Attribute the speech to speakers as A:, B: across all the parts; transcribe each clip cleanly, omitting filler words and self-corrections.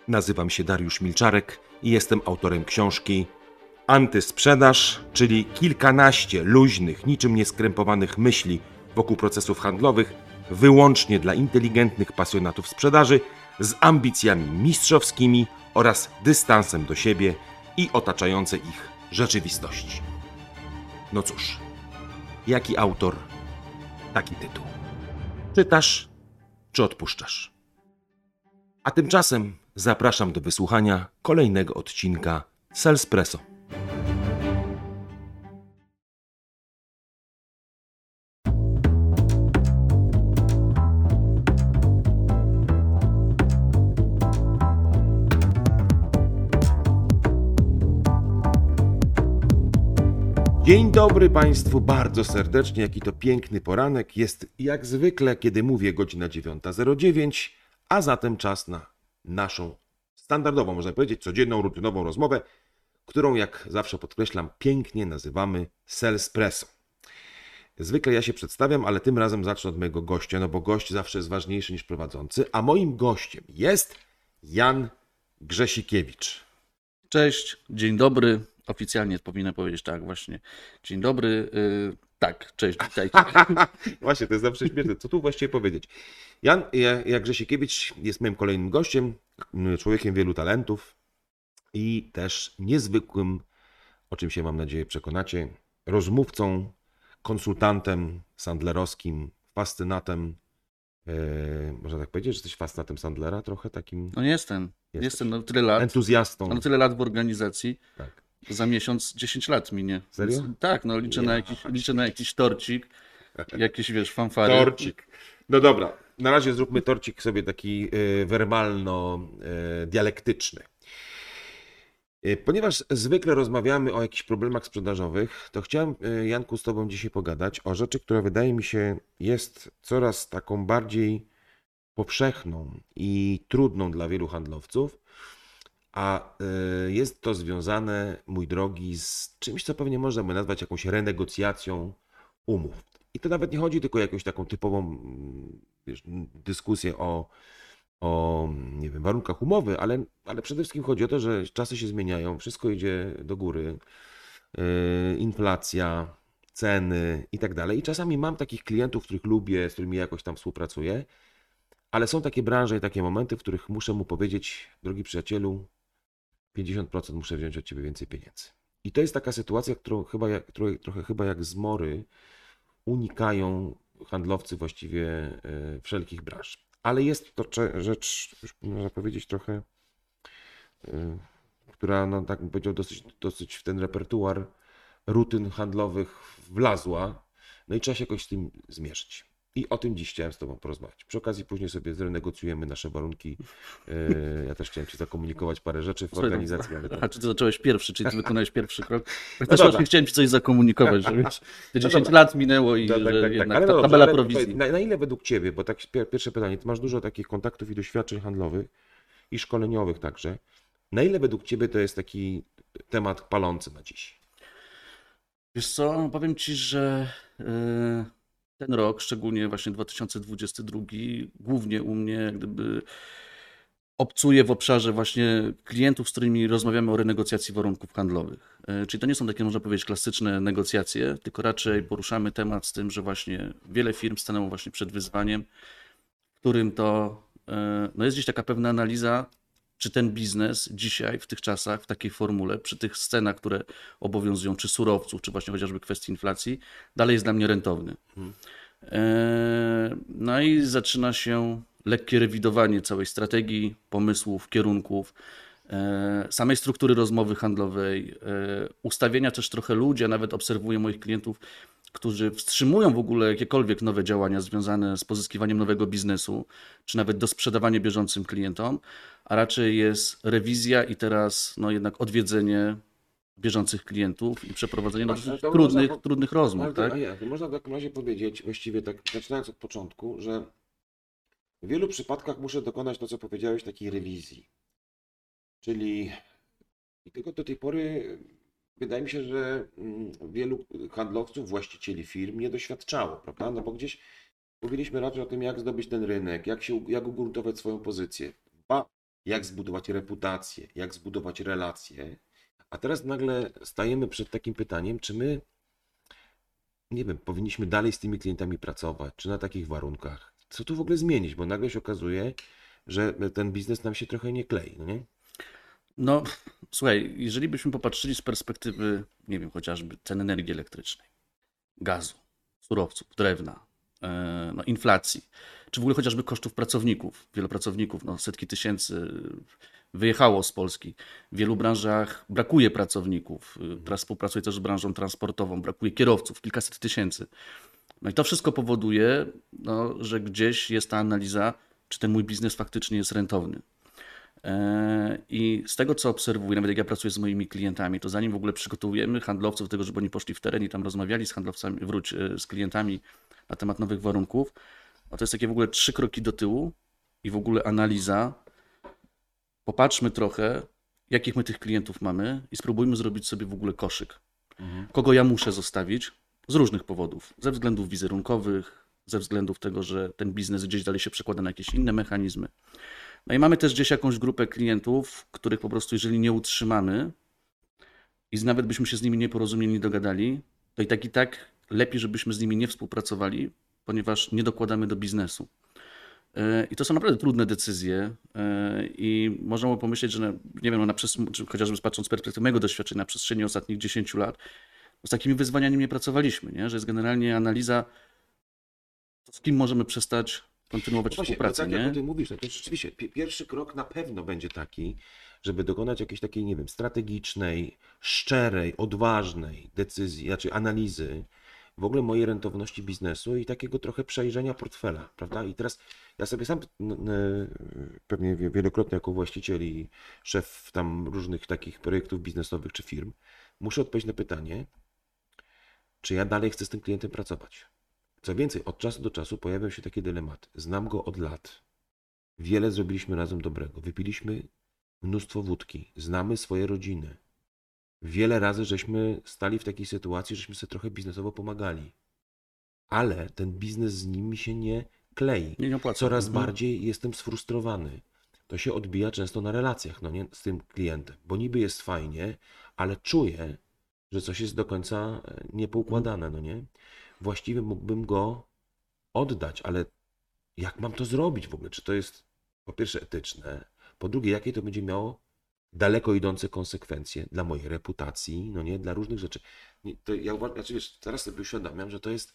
A: Nazywam się Dariusz Milczarek i jestem autorem książki Antysprzedaż, czyli kilkanaście luźnych, niczym nieskrępowanych myśli wokół procesów handlowych, wyłącznie dla inteligentnych pasjonatów sprzedaży, z ambicjami mistrzowskimi oraz dystansem do siebie i otaczającej ich rzeczywistości. No cóż, jaki autor, taki tytuł. Czytasz, czy odpuszczasz? A tymczasem zapraszam do wysłuchania kolejnego odcinka Salespresso. Dzień dobry Państwu bardzo serdecznie, jaki to piękny poranek. Jest jak zwykle, kiedy mówię, godzina 9:09, a zatem czas na naszą standardową, można powiedzieć, codzienną, rutynową rozmowę, którą, jak zawsze podkreślam, pięknie nazywamy Salespresso. Zwykle ja się przedstawiam, ale tym razem zacznę od mojego gościa, no bo gość zawsze jest ważniejszy niż prowadzący, a moim gościem jest Jan Grzesikiewicz.
B: Cześć, dzień dobry. Oficjalnie powinienem powiedzieć tak właśnie. Dzień dobry. Tak, cześć, witajcie.
A: Właśnie, to jest zawsze śmieszne. Co tu właściwie powiedzieć? Jan Grzesikiewicz jest moim kolejnym gościem, człowiekiem wielu talentów i też niezwykłym, o czym się mam nadzieję przekonacie, rozmówcą, konsultantem sandlerowskim, fascynatem. Można tak powiedzieć, że jesteś fascynatem Sandlera trochę takim?
B: No jestem no, tyle lat.
A: Entuzjastą.
B: No tyle lat w organizacji.
A: Tak.
B: Za miesiąc 10 lat minie.
A: Serio?
B: Więc, tak, no liczę na jakiś torcik, jakieś wiesz, fanfary.
A: Torcik. No dobra, na razie zróbmy torcik sobie taki werbalno-dialektyczny. Ponieważ zwykle rozmawiamy o jakichś problemach sprzedażowych, to chciałem, Janku, z Tobą dzisiaj pogadać o rzeczy, która wydaje mi się jest coraz taką bardziej powszechną i trudną dla wielu handlowców, a jest to związane, mój drogi, z czymś, co pewnie można by nazwać jakąś renegocjacją umów. I to nawet nie chodzi tylko o jakąś taką typową, wiesz, dyskusję o nie wiem, warunkach umowy, ale przede wszystkim chodzi o to, że czasy się zmieniają, wszystko idzie do góry, inflacja, ceny i tak dalej. I czasami mam takich klientów, których lubię, z którymi jakoś tam współpracuję, ale są takie branże i takie momenty, w których muszę mu powiedzieć, drogi przyjacielu, 50% muszę wziąć od ciebie więcej pieniędzy. I to jest taka sytuacja, którą trochę chyba jak zmory unikają handlowcy właściwie wszelkich branż. Ale jest to rzecz, już można powiedzieć, trochę, która, no tak bym powiedział, dosyć w ten repertuar rutyn handlowych wlazła. No i trzeba się jakoś z tym zmierzyć. I o tym dziś chciałem z Tobą porozmawiać. Przy okazji później sobie zrenegocjujemy nasze warunki. Ja też chciałem Ci zakomunikować parę rzeczy w organizacji. Ale
B: A czy Ty zacząłeś pierwszy, czyli Ty wykonałeś pierwszy krok?
A: No
B: Też
A: dobra.
B: właśnie chciałem Ci coś zakomunikować, że wiesz, te 10 lat minęło i
A: Tak,
B: że jednak
A: Ale
B: ta
A: dobrze,
B: tabela
A: ale
B: prowizji.
A: na ile według Ciebie, bo tak pierwsze pytanie, Ty masz dużo takich kontaktów i doświadczeń handlowych i szkoleniowych także. Na ile według Ciebie to jest taki temat palący na dziś?
B: Wiesz co, powiem Ci, że ten rok, szczególnie właśnie 2022, głównie u mnie jak gdyby obcuję w obszarze właśnie klientów, z którymi rozmawiamy o renegocjacji warunków handlowych. Czyli to nie są takie, można powiedzieć, klasyczne negocjacje, tylko raczej poruszamy temat z tym, że właśnie wiele firm stanęło właśnie przed wyzwaniem, w którym to no jest gdzieś taka pewna analiza, czy ten biznes dzisiaj, w tych czasach, w takiej formule, przy tych scenach, które obowiązują, czy surowców, czy właśnie chociażby kwestii inflacji, dalej jest dla mnie rentowny. No i zaczyna się lekkie rewidowanie całej strategii, pomysłów, kierunków, samej struktury rozmowy handlowej, ustawienia też trochę ludzi, a nawet obserwuję moich klientów, którzy wstrzymują w ogóle jakiekolwiek nowe działania związane z pozyskiwaniem nowego biznesu, czy nawet dosprzedawanie bieżącym klientom, a raczej jest rewizja i teraz no jednak odwiedzenie bieżących klientów i przeprowadzenie trudnych rozmów. Tak?
A: Można w takim razie powiedzieć, właściwie tak zaczynając od początku, że w wielu przypadkach muszę dokonać to, co powiedziałeś, takiej rewizji. Czyli i tylko do tej pory wydaje mi się, że wielu handlowców, właścicieli firm nie doświadczało, prawda? No bo gdzieś mówiliśmy raczej o tym, jak zdobyć ten rynek, jak ugruntować swoją pozycję. jak zbudować reputację, jak zbudować relacje, a teraz nagle stajemy przed takim pytaniem, czy my, nie wiem, powinniśmy dalej z tymi klientami pracować, czy na takich warunkach. Co tu w ogóle zmienić, bo nagle się okazuje, że ten biznes nam się trochę nie klei, no nie?
B: No, słuchaj, jeżeli byśmy popatrzyli z perspektywy, nie wiem, chociażby cen energii elektrycznej, gazu, surowców, drewna, no, inflacji, czy w ogóle chociażby kosztów pracowników. Wielu pracowników, no, setki tysięcy wyjechało z Polski. W wielu branżach brakuje pracowników. Teraz współpracuję też z branżą transportową, brakuje kierowców, kilkaset tysięcy. No i to wszystko powoduje, no, że gdzieś jest ta analiza, czy ten mój biznes faktycznie jest rentowny. I z tego, co obserwuję, nawet jak ja pracuję z moimi klientami, to zanim w ogóle przygotowujemy handlowców do tego, żeby oni poszli w teren i tam rozmawiali z handlowcami, z klientami na temat nowych warunków, no to jest takie w ogóle 3 kroki do tyłu i w ogóle analiza. Popatrzmy trochę, jakich my tych klientów mamy i spróbujmy zrobić sobie w ogóle koszyk. Kogo ja muszę zostawić z różnych powodów. Ze względów wizerunkowych, ze względów tego, że ten biznes gdzieś dalej się przekłada na jakieś inne mechanizmy. No i mamy też gdzieś jakąś grupę klientów, których po prostu jeżeli nie utrzymamy i nawet byśmy się z nimi nie porozumieli, nie dogadali, to i tak lepiej, żebyśmy z nimi nie współpracowali, ponieważ nie dokładamy do biznesu. I to są naprawdę trudne decyzje i można by pomyśleć, że nie wiem, czy chociażby patrząc z perspektywy mojego doświadczenia na przestrzeni ostatnich 10 lat, z takimi wyzwaniami nie pracowaliśmy, nie? Że jest generalnie analiza, z kim możemy przestać kontynuować współpracę,
A: tak
B: nie?
A: jak o tym mówisz, no to rzeczywiście pierwszy krok na pewno będzie taki, żeby dokonać jakiejś takiej, nie wiem, strategicznej, szczerej, odważnej decyzji, znaczy analizy w ogóle mojej rentowności biznesu i takiego trochę przejrzenia portfela, prawda? I teraz ja sobie sam pewnie wielokrotnie jako właściciel i szef tam różnych takich projektów biznesowych czy firm muszę odpowiedzieć na pytanie, czy ja dalej chcę z tym klientem pracować. Co więcej, od czasu do czasu pojawiają się takie dylematy. Znam go od lat. Wiele zrobiliśmy razem dobrego. Wypiliśmy mnóstwo wódki. Znamy swoje rodziny. Wiele razy żeśmy stali w takiej sytuacji, żeśmy sobie trochę biznesowo pomagali. Ale ten biznes z nim mi się nie klei.
B: Nie opłaca.
A: Coraz bardziej jestem sfrustrowany. To się odbija często na relacjach, no nie, z tym klientem. Bo niby jest fajnie, ale czuję, że coś jest do końca niepoukładane, no nie? Właściwie mógłbym go oddać, ale jak mam to zrobić w ogóle? Czy to jest po pierwsze etyczne, po drugie, jakie to będzie miało daleko idące konsekwencje dla mojej reputacji, no nie, dla różnych rzeczy. To ja uważam, znaczy wiesz, teraz sobie uświadamiam, że to jest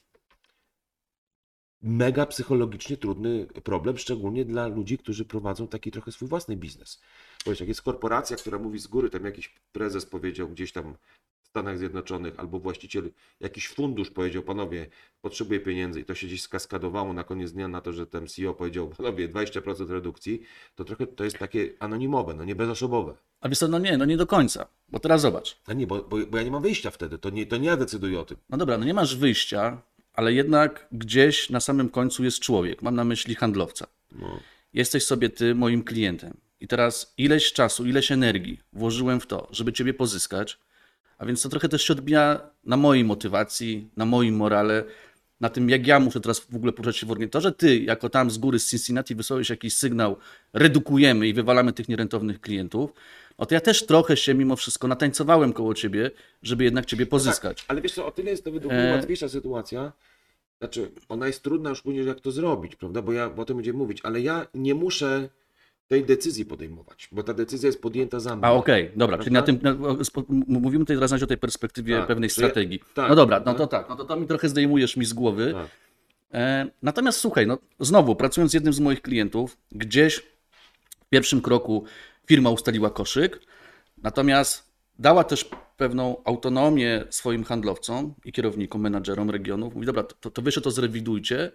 A: mega psychologicznie trudny problem, szczególnie dla ludzi, którzy prowadzą taki trochę swój własny biznes. Bo wiesz, jak jest korporacja, która mówi z góry, tam jakiś prezes powiedział gdzieś tam w Stanach Zjednoczonych, albo właściciel, jakiś fundusz powiedział, panowie, potrzebuję pieniędzy i to się gdzieś skaskadowało na koniec dnia na to, że ten CEO powiedział, panowie, 20% redukcji, to trochę to jest takie anonimowe, no nie bezosobowe.
B: A wiesz co, no nie do końca, bo teraz zobacz.
A: A nie, bo ja nie mam wyjścia wtedy, to nie ja decyduję o tym.
B: No dobra, no nie masz wyjścia, ale jednak gdzieś na samym końcu jest człowiek, mam na myśli handlowca.
A: No.
B: Jesteś sobie ty moim klientem i teraz ileś czasu, ileś energii włożyłem w to, żeby ciebie pozyskać, a więc to trochę też się odbija na mojej motywacji, na moim morale, na tym, jak ja muszę teraz w ogóle poruszać się w organizacji. To, że ty jako tam z góry z Cincinnati wysłałeś jakiś sygnał, redukujemy i wywalamy tych nierentownych klientów, no to ja też trochę się mimo wszystko natańcowałem koło ciebie, żeby jednak ciebie pozyskać.
A: Tak, ale wiesz co, o tyle jest to według mnie łatwiejsza sytuacja, znaczy ona jest trudna już później, jak to zrobić, prawda, bo o tym będziemy mówić, ale ja nie muszę tej decyzji podejmować, bo ta decyzja jest podjęta za mnie.
B: A okej, dobra, czyli
A: prawda?
B: mówimy tutaj teraz o tej perspektywie
A: Tak,
B: pewnej
A: że ja-
B: strategii.
A: tak,
B: No dobra,
A: prawda?
B: no to tak, no to mi trochę zdejmujesz mi z głowy.
A: Tak.
B: Natomiast słuchaj, no znowu, pracując z jednym z moich klientów, gdzieś w pierwszym kroku firma ustaliła koszyk, natomiast dała też pewną autonomię swoim handlowcom i kierownikom, menadżerom regionów. Mówi, dobra, to wy się to zrewidujcie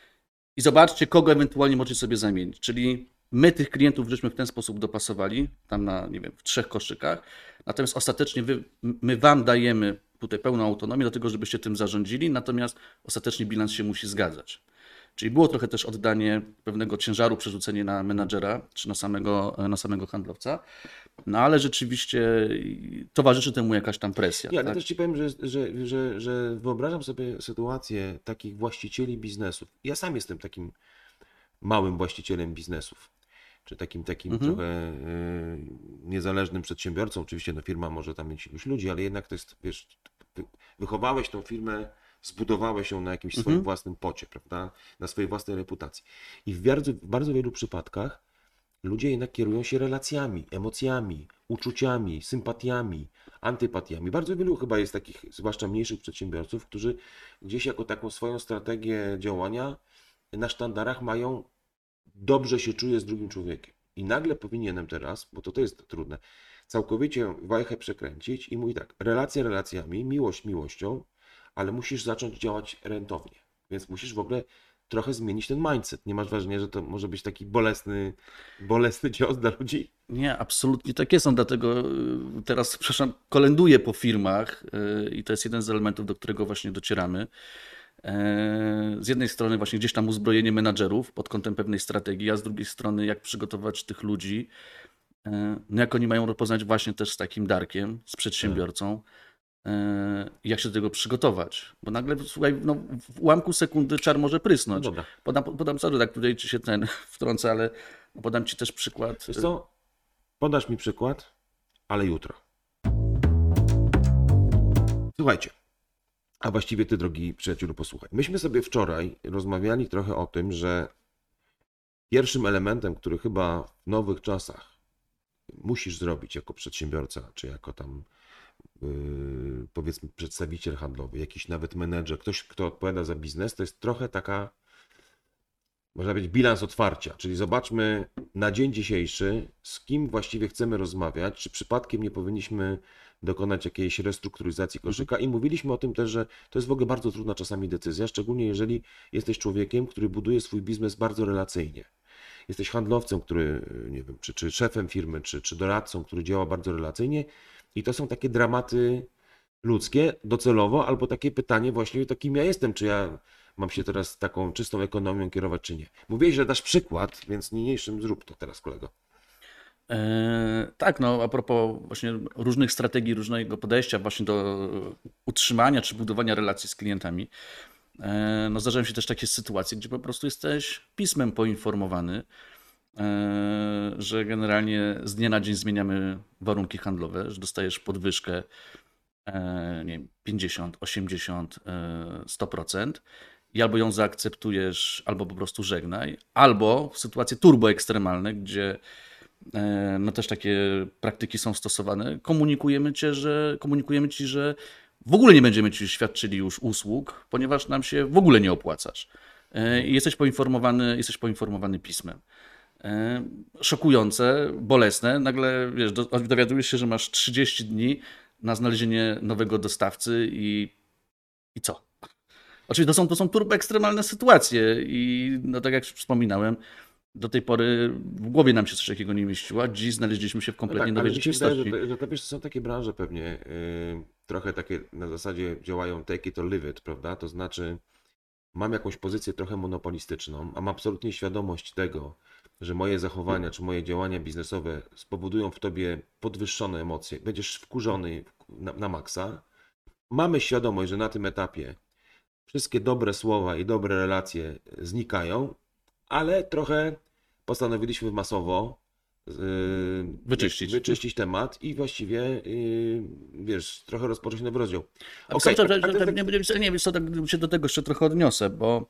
B: i zobaczcie, kogo ewentualnie możecie sobie zamienić. Czyli my tych klientów żeśmy w ten sposób dopasowali, tam na, nie wiem, w 3 koszykach, natomiast ostatecznie my wam dajemy tutaj pełną autonomię do tego, żebyście tym zarządzili, natomiast ostatecznie bilans się musi zgadzać. Czyli było trochę też oddanie pewnego ciężaru, przerzucenie na menadżera czy na samego handlowca, no ale rzeczywiście towarzyszy temu jakaś tam presja.
A: Ja
B: tak?
A: też ci powiem, że wyobrażam sobie sytuację takich właścicieli biznesów. Ja sam jestem takim małym właścicielem biznesów. czy takim
B: Mhm.
A: trochę niezależnym przedsiębiorcą. Oczywiście no, firma może tam mieć iluś ludzi, ale jednak to jest, wiesz, wychowałeś tą firmę, zbudowałeś ją na jakimś swoim
B: Mhm.
A: własnym pocie, prawda? Na swojej własnej reputacji. I w bardzo wielu przypadkach ludzie jednak kierują się relacjami, emocjami, uczuciami, sympatiami, antypatiami. Bardzo wielu chyba jest takich, zwłaszcza mniejszych przedsiębiorców, którzy gdzieś jako taką swoją strategię działania na sztandarach mają dobrze się czuję z drugim człowiekiem. I nagle powinienem teraz, bo to jest trudne, całkowicie wajchę przekręcić i mówić tak, relacje relacjami, miłość miłością, ale musisz zacząć działać rentownie. Więc musisz w ogóle trochę zmienić ten mindset. Nie masz wrażenia, że to może być taki bolesny cios dla ludzi?
B: Nie, absolutnie tak jest. No, dlatego teraz, przepraszam, kolęduję po firmach i to jest jeden z elementów, do którego właśnie docieramy. Z jednej strony właśnie gdzieś tam uzbrojenie menadżerów pod kątem pewnej strategii, a z drugiej strony jak przygotować tych ludzi, no jak oni mają rozpoznać właśnie też z takim Darkiem, z
A: Tak.
B: przedsiębiorcą, jak się do tego przygotować. Bo nagle, słuchaj, no, w ułamku sekundy czar może
A: No
B: prysnąć.
A: dobra.
B: Podam sorry, tak tutaj ci się ten wtrącę, ale podam ci też przykład.
A: Wiesz co? Podasz mi przykład, ale jutro. Słuchajcie, a właściwie ty, drogi przyjacielu, posłuchaj. Myśmy sobie wczoraj rozmawiali trochę o tym, że pierwszym elementem, który chyba w nowych czasach musisz zrobić jako przedsiębiorca, czy jako tam powiedzmy przedstawiciel handlowy, jakiś nawet menedżer, ktoś, kto odpowiada za biznes, to jest trochę taka, można powiedzieć, bilans otwarcia, czyli zobaczmy na dzień dzisiejszy, z kim właściwie chcemy rozmawiać, czy przypadkiem nie powinniśmy dokonać jakiejś restrukturyzacji koszyka i mówiliśmy o tym też, że to jest w ogóle bardzo trudna czasami decyzja, szczególnie jeżeli jesteś człowiekiem, który buduje swój biznes bardzo relacyjnie. Jesteś handlowcem, który, nie wiem, czy szefem firmy, czy doradcą, który działa bardzo relacyjnie i to są takie dramaty ludzkie docelowo, albo takie pytanie właśnie, to kim ja jestem, czy ja mam się teraz taką czystą ekonomią kierować, czy nie. Mówiłeś, że dasz przykład, więc niniejszym zrób to teraz, kolego.
B: Tak, no a propos właśnie różnych strategii, różnego podejścia właśnie do utrzymania czy budowania relacji z klientami, no zdarzają się też takie sytuacje, gdzie po prostu jesteś pismem poinformowany, że generalnie z dnia na dzień zmieniamy warunki handlowe, że dostajesz podwyżkę nie wiem, 50, 80, 100% i albo ją zaakceptujesz, albo po prostu żegnaj, albo w sytuacje turbo ekstremalne, gdzie no też takie praktyki są stosowane, komunikujemy ci, że w ogóle nie będziemy ci świadczyli już usług, ponieważ nam się w ogóle nie opłacasz. I jesteś poinformowany pismem. Szokujące, bolesne. Nagle wiesz, dowiadujesz się, że masz 30 dni na znalezienie nowego dostawcy i co? Oczywiście to są turbo ekstremalne sytuacje i no tak jak wspominałem, do tej pory w głowie nam się coś takiego nie mieściło, a dziś znaleźliśmy się w
A: No
B: kompletnie
A: tak, ale
B: nowej
A: mi się wydaje,
B: rzeczywistości.
A: że to, wiesz, są takie branże pewnie trochę takie na zasadzie działają take it or leave it, prawda? To znaczy mam jakąś pozycję trochę monopolistyczną, a mam absolutnie świadomość tego, że moje zachowania czy moje działania biznesowe spowodują w tobie podwyższone emocje, będziesz wkurzony na maksa. Mamy świadomość, że na tym etapie wszystkie dobre słowa i dobre relacje znikają, ale trochę postanowiliśmy masowo
B: Wyczyścić.
A: wyczyścić temat i właściwie, wiesz, trochę rozpocząć nowy rozdział.
B: A wiesz co,
A: Okej, a to jest tak,
B: nie, wiesz co, tak się do tego jeszcze trochę odniosę, bo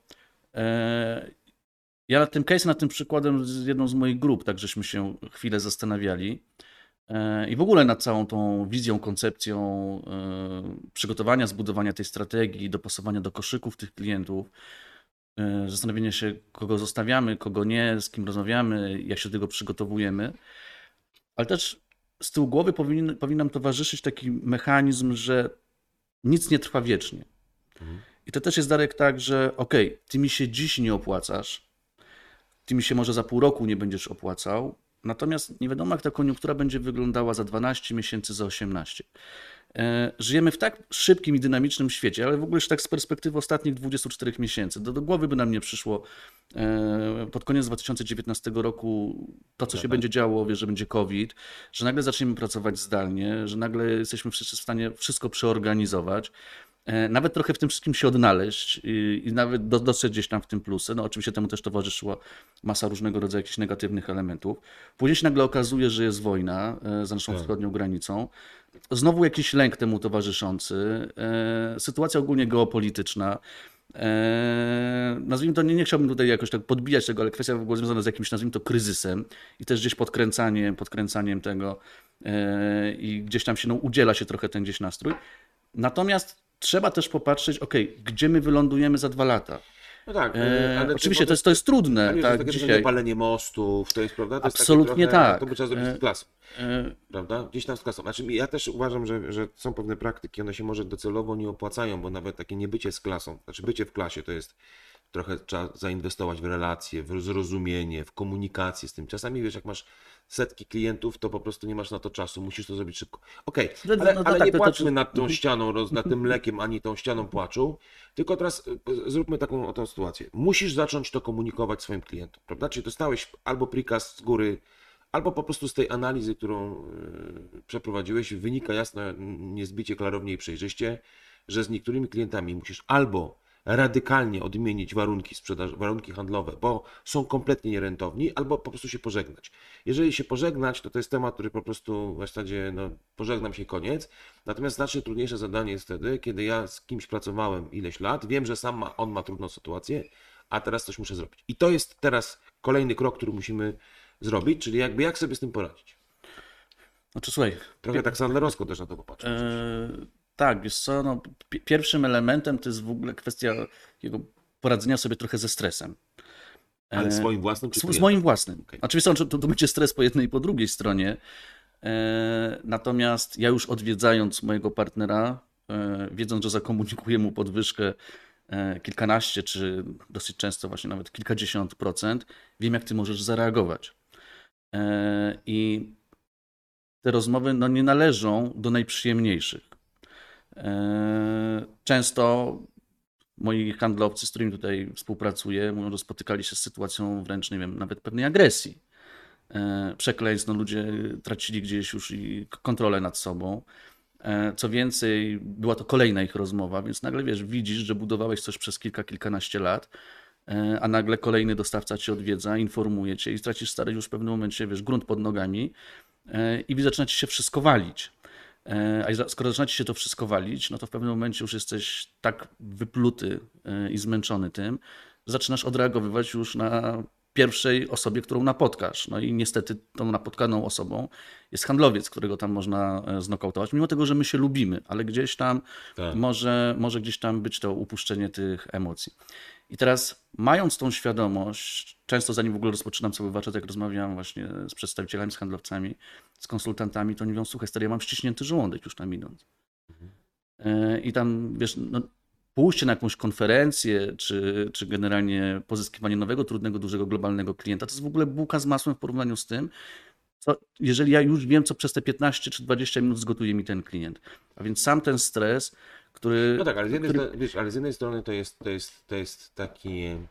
B: ja nad tym przykładem z jedną z moich grup, tak żeśmy się chwilę zastanawiali i w ogóle nad całą tą wizją, koncepcją przygotowania, zbudowania tej strategii, dopasowania do koszyków tych klientów, zastanowienia się, kogo zostawiamy, kogo nie, z kim rozmawiamy, jak się do tego przygotowujemy, ale też z tyłu głowy powinien nam towarzyszyć taki mechanizm, że nic nie trwa wiecznie. I to też jest, Darek, tak, że okej, ty mi się dziś nie opłacasz, ty mi się może za pół roku nie będziesz opłacał, natomiast nie wiadomo, jak ta koniunktura będzie wyglądała za 12 miesięcy, za 18. Żyjemy w tak szybkim i dynamicznym świecie, ale w ogóle już tak z perspektywy ostatnich 24 miesięcy. Do głowy by nam nie przyszło pod koniec 2019 roku to, co się będzie działo, wiesz, że będzie COVID, że nagle zaczniemy pracować zdalnie, że nagle jesteśmy wszyscy w stanie wszystko przeorganizować. nawet trochę w tym wszystkim się odnaleźć i nawet dostrzec gdzieś tam w tym plusy. No oczywiście temu też towarzyszyła masa różnego rodzaju jakichś negatywnych elementów. Później się nagle okazuje, że jest wojna za naszą wschodnią granicą. Znowu jakiś lęk temu towarzyszący. Sytuacja ogólnie geopolityczna. Nazwijmy to, nie chciałbym tutaj jakoś tak podbijać tego, ale kwestia w ogóle związana z jakimś, nazwijmy to, kryzysem i też gdzieś podkręcaniem tego i gdzieś tam się udziela się trochę ten gdzieś nastrój. Natomiast trzeba też popatrzeć, gdzie my wylądujemy za 2 lata.
A: No tak,
B: ale oczywiście to jest trudne.
A: To
B: tak,
A: jest
B: dzisiaj.
A: Niepalenie mostów, to jest, prawda? To
B: Absolutnie
A: jest takie trochę,
B: tak.
A: To by trzeba zrobić z klasą, prawda? Gdzieś tam z klasą. Znaczy, ja też uważam, że są pewne praktyki, one się może docelowo nie opłacają, bo nawet takie niebycie z klasą, znaczy bycie w klasie to jest trochę, trzeba zainwestować w relacje, w zrozumienie, w komunikację z tym. Czasami, wiesz, jak masz setki klientów, to po prostu nie masz na to czasu, musisz to zrobić szybko. Okej, ale
B: tak,
A: nie płaczmy nad tą ścianą, nad tym mlekiem, ani tą ścianą płaczu, tylko teraz zróbmy taką oto sytuację. Musisz zacząć to komunikować swoim klientom, prawda? Czyli dostałeś albo prikaz z góry, albo po prostu z tej analizy, którą przeprowadziłeś, wynika jasno, niezbicie klarownie i przejrzyście, że z niektórymi klientami musisz albo radykalnie odmienić warunki sprzedaży, warunki handlowe, bo są kompletnie nierentowni, albo po prostu się pożegnać. Jeżeli się pożegnać, to jest temat, który po prostu w zasadzie pożegnam się, koniec. Natomiast znacznie trudniejsze zadanie jest wtedy, kiedy ja z kimś pracowałem ileś lat, wiem, że on ma trudną sytuację, a teraz coś muszę zrobić. I to jest teraz kolejny krok, który musimy zrobić, czyli jak sobie z tym poradzić.
B: Znaczy, słuchaj,
A: trochę tak sandlerowsko też na to popatrzeć.
B: Tak, wiesz co, pierwszym elementem to jest w ogóle kwestia jego poradzenia sobie trochę ze stresem.
A: Ale swoim własnym? Czy
B: z moim własnym. Okay. Oczywiście to będzie stres po jednej i po drugiej stronie. Natomiast ja już odwiedzając mojego partnera, wiedząc, że zakomunikuję mu podwyżkę kilkanaście, czy dosyć często właśnie nawet kilkadziesiąt procent, wiem, jak ty możesz zareagować. I te rozmowy nie należą do najprzyjemniejszych. Często moi handlowcy, z którymi tutaj współpracuję, mówią, że spotykali się z sytuacją wręcz, nie wiem, nawet pewnej agresji. Przekleństw, ludzie tracili gdzieś już i kontrolę nad sobą. Co więcej, była to kolejna ich rozmowa, więc nagle widzisz, że budowałeś coś przez kilkanaście lat, a nagle kolejny dostawca cię odwiedza, informuje cię i stracisz stary już w pewnym momencie, grunt pod nogami i zaczyna ci się wszystko walić. A skoro zaczyna ci się to wszystko walić, to w pewnym momencie już jesteś tak wypluty i zmęczony tym, że zaczynasz odreagowywać już na pierwszej osobie, którą napotkasz. No i niestety tą napotkaną osobą jest handlowiec, którego tam można znokautować, mimo tego, że my się lubimy, ale gdzieś tam może gdzieś tam być to upuszczenie tych emocji. I teraz, mając tą świadomość, często zanim w ogóle rozpoczynam sobie warsztat, jak rozmawiam właśnie z przedstawicielami, z handlowcami, z konsultantami, to oni mówią, słuchaj stary, ja mam ściśnięty żołądek już tam idąc. I tam, pójście na jakąś konferencję, czy generalnie pozyskiwanie nowego, trudnego, dużego, globalnego klienta, to jest w ogóle bułka z masłem w porównaniu z tym, jeżeli ja już wiem, co przez te 15 czy 20 minut zgotuje mi ten klient. A więc sam ten stres, który...
A: No tak, ale z jednej strony to jest takie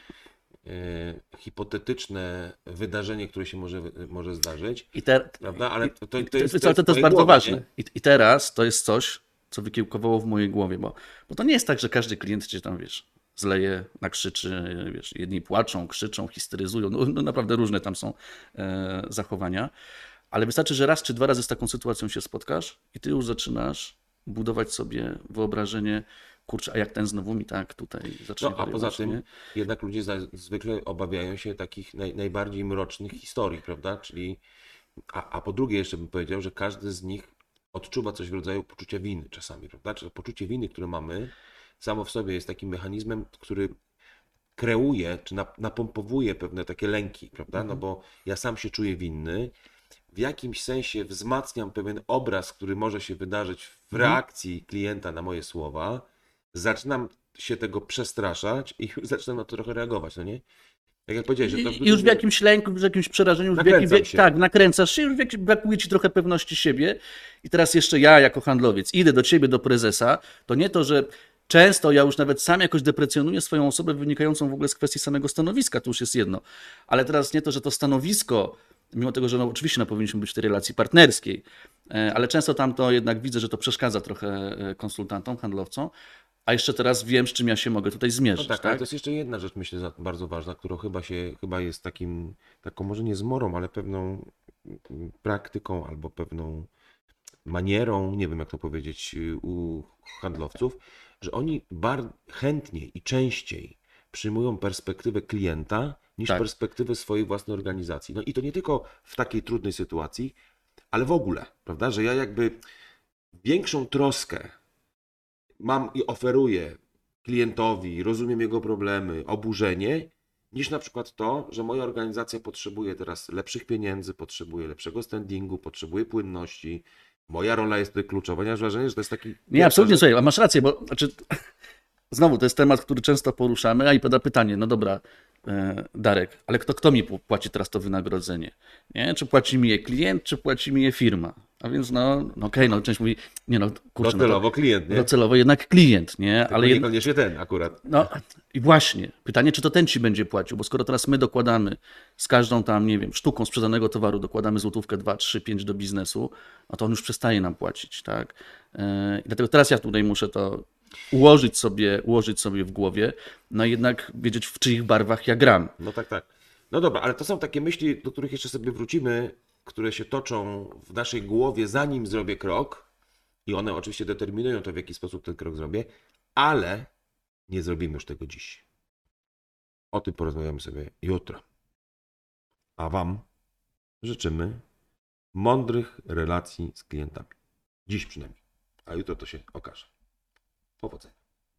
A: hipotetyczne wydarzenie, które się może zdarzyć, prawda? Ale to jest
B: bardzo ważne. I teraz to jest coś, co wykiełkowało w mojej głowie, bo to nie jest tak, że każdy klient cię tam, zleje, nakrzyczy, jedni płaczą, krzyczą, histeryzują, naprawdę różne tam są zachowania, ale wystarczy, że raz czy 2 razy z taką sytuacją się spotkasz i ty już zaczynasz budować sobie wyobrażenie, kurczę, a jak ten znowu mi tak tutaj zacznie
A: a poza tym jednak ludzie zwykle obawiają się takich najbardziej mrocznych historii, prawda? Czyli, a po drugie jeszcze bym powiedział, że każdy z nich odczuwa coś w rodzaju poczucia winy czasami, prawda? Czyli poczucie winy, które mamy, samo w sobie jest takim mechanizmem, który kreuje, czy napompowuje pewne takie lęki, prawda? No bo ja sam się czuję winny, w jakimś sensie wzmacniam pewien obraz, który może się wydarzyć w reakcji klienta na moje słowa, zaczynam się tego przestraszać i już zaczynam na to trochę reagować, no nie? Tak jak powiedziałeś, że to
B: I już w jakimś lęku, w jakimś przerażeniu, nakręcasz się, już brakuje ci trochę pewności siebie i teraz jeszcze ja jako handlowiec idę do ciebie, do prezesa, to nie to, że często ja już nawet sam jakoś deprecjonuję swoją osobę wynikającą w ogóle z kwestii samego stanowiska, to już jest jedno, ale teraz nie to, że to stanowisko mimo tego, że no, oczywiście no, powinniśmy być w tej relacji partnerskiej, ale często tam to jednak widzę, że to przeszkadza trochę konsultantom, handlowcom, a jeszcze teraz wiem, z czym ja się mogę tutaj
A: No
B: zmierzyć.
A: tak,
B: Tak?
A: ale to jest jeszcze jedna rzecz, myślę, bardzo ważna, którą chyba jest taką może nie zmorą, ale pewną praktyką albo pewną manierą, nie wiem jak to powiedzieć, u handlowców, że oni chętniej i częściej przyjmują perspektywę klienta niż
B: Tak.
A: perspektywę swojej własnej organizacji. No i to nie tylko w takiej trudnej sytuacji, ale w ogóle, prawda, że ja jakby większą troskę mam i oferuję klientowi, rozumiem jego problemy, oburzenie, niż na przykład to, że moja organizacja potrzebuje teraz lepszych pieniędzy, potrzebuje lepszego standingu, potrzebuje płynności. Moja rola jest tutaj kluczowa. Ja mam wrażenie, że to jest taki...
B: Nie, absolutnie, słuchaj, masz rację, bo znaczy, znowu to jest temat, który często poruszamy, a i pada pytanie, no dobra, Darek, ale kto mi płaci teraz to wynagrodzenie? Nie? Czy płaci mi je klient, czy płaci mi je firma? A więc no okej, no część mówi, nie no kurczę,
A: Docelowo klient, nie?
B: docelowo jednak klient, nie?
A: Tylko
B: Ale
A: niekoniecznie ten akurat.
B: no i właśnie, pytanie, czy to ten ci będzie płacił, bo skoro teraz my dokładamy z każdą tam, nie wiem, sztuką sprzedanego towaru, dokładamy złotówkę, 2, 3, 5 do biznesu, no to on już przestaje nam płacić, tak? I dlatego teraz ja tutaj muszę to ułożyć sobie w głowie, no i jednak wiedzieć, w czyich barwach ja gram.
A: No tak, tak. No dobra, ale to są takie myśli, do których jeszcze sobie wrócimy, które się toczą w naszej głowie, zanim zrobię krok. I one oczywiście determinują to, w jaki sposób ten krok zrobię, ale nie zrobimy już tego dziś. O tym porozmawiamy sobie jutro. A Wam życzymy mądrych relacji z klientami. Dziś przynajmniej. A jutro to się okaże. Powodzenia.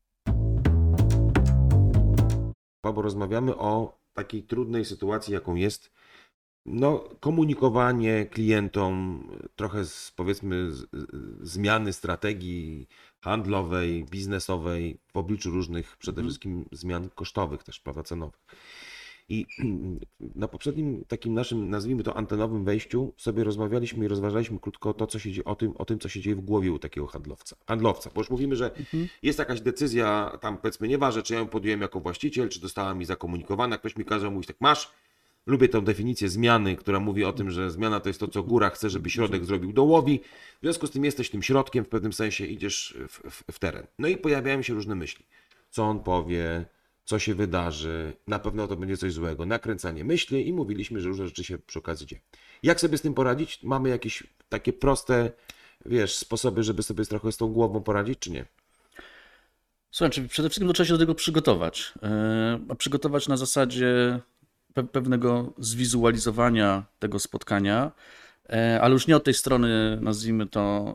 A: Bo rozmawiamy o takiej trudnej sytuacji, jaką jest komunikowanie klientom, trochę powiedzmy zmiany strategii handlowej, biznesowej w obliczu różnych przede wszystkim zmian kosztowych też, prawda, cenowych. I na poprzednim takim naszym, nazwijmy to antenowym wejściu sobie rozmawialiśmy i rozważaliśmy krótko to, co się dzieje, o tym, co się dzieje w głowie u takiego handlowca. Bo już mówimy, że jest jakaś decyzja, tam powiedzmy, nieważne, czy ja ją podjąłem jako właściciel, czy została mi zakomunikowana, ktoś mi każe mówić tak, masz. Lubię tę definicję zmiany, która mówi o tym, że zmiana to jest to, co góra chce, żeby środek zrobił dołowi. W związku z tym jesteś tym środkiem, w pewnym sensie idziesz w teren. No i pojawiają się różne myśli. Co on powie, co się wydarzy, na pewno to będzie coś złego. Nakręcanie myśli i mówiliśmy, że różne rzeczy się przy okazji dzieją. Jak sobie z tym poradzić? Mamy jakieś takie proste, sposoby, żeby sobie trochę z tą głową poradzić, czy nie?
B: Słuchaj, przede wszystkim to trzeba się do tego przygotować. A przygotować na zasadzie pewnego zwizualizowania tego spotkania, ale już nie od tej strony, nazwijmy to,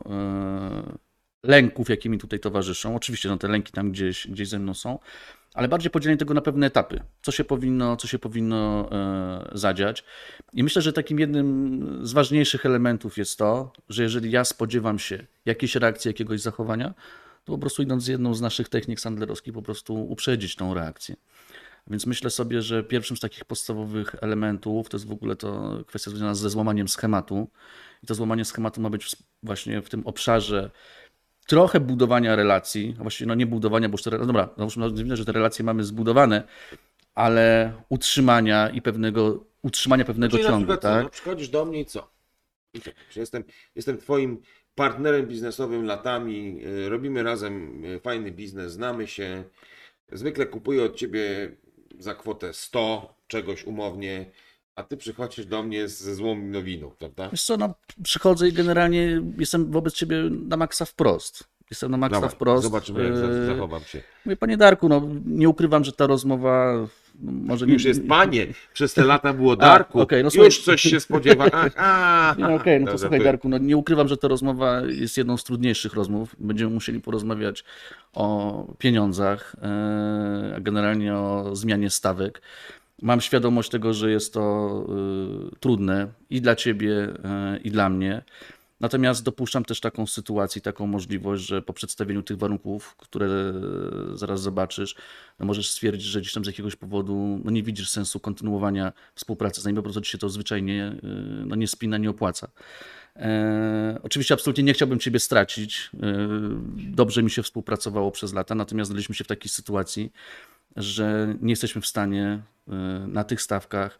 B: lęków, jakie mi tutaj towarzyszą. Oczywiście no, te lęki tam gdzieś ze mną są, ale bardziej podzielenie tego na pewne etapy. Co się powinno zadziać. I myślę, że takim jednym z ważniejszych elementów jest to, że jeżeli ja spodziewam się jakiejś reakcji, jakiegoś zachowania, to po prostu idąc z jedną z naszych technik sandlerowskich, po prostu uprzedzić tą reakcję. Więc myślę sobie, że pierwszym z takich podstawowych elementów to jest w ogóle to kwestia związana ze złamaniem schematu. I to złamanie schematu ma być właśnie w tym obszarze trochę budowania relacji, a właściwie no nie budowania, bo już te, no dobra, załóżmy, że te relacje mamy zbudowane, ale utrzymania pewnego
A: Czyli
B: ciągu.
A: na przykład
B: Tak?
A: przychodzisz do mnie i co? I co? Jestem twoim partnerem biznesowym latami, robimy razem fajny biznes, znamy się. Zwykle kupuję od ciebie za kwotę 100 czegoś umownie, a ty przychodzisz do mnie ze złą nowiną, prawda?
B: Wiesz co, no przychodzę i generalnie jestem wobec ciebie na maksa wprost. Jestem na maksa
A: Dawaj,
B: wprost.
A: zobaczymy, jak zachowam się.
B: Mówię, panie Darku, no nie ukrywam, że ta rozmowa może nie...
A: Już jest panie, przez te lata było Darku,
B: okay, no
A: już coś się spodziewa.
B: No okej, no to słuchaj Darku, no nie ukrywam, że ta rozmowa jest jedną z trudniejszych rozmów. Będziemy musieli porozmawiać o pieniądzach, a generalnie o zmianie stawek. Mam świadomość tego, że jest to trudne i dla ciebie, i dla mnie. Natomiast dopuszczam też taką sytuację, taką możliwość, że po przedstawieniu tych warunków, które zaraz zobaczysz, no możesz stwierdzić, że gdzieś tam z jakiegoś powodu no nie widzisz sensu kontynuowania współpracy z nami, po prostu ci się to zwyczajnie no nie spina, nie opłaca. Oczywiście absolutnie nie chciałbym ciebie stracić. Dobrze mi się współpracowało przez lata, natomiast znaleźliśmy się w takiej sytuacji, że nie jesteśmy w stanie na tych stawkach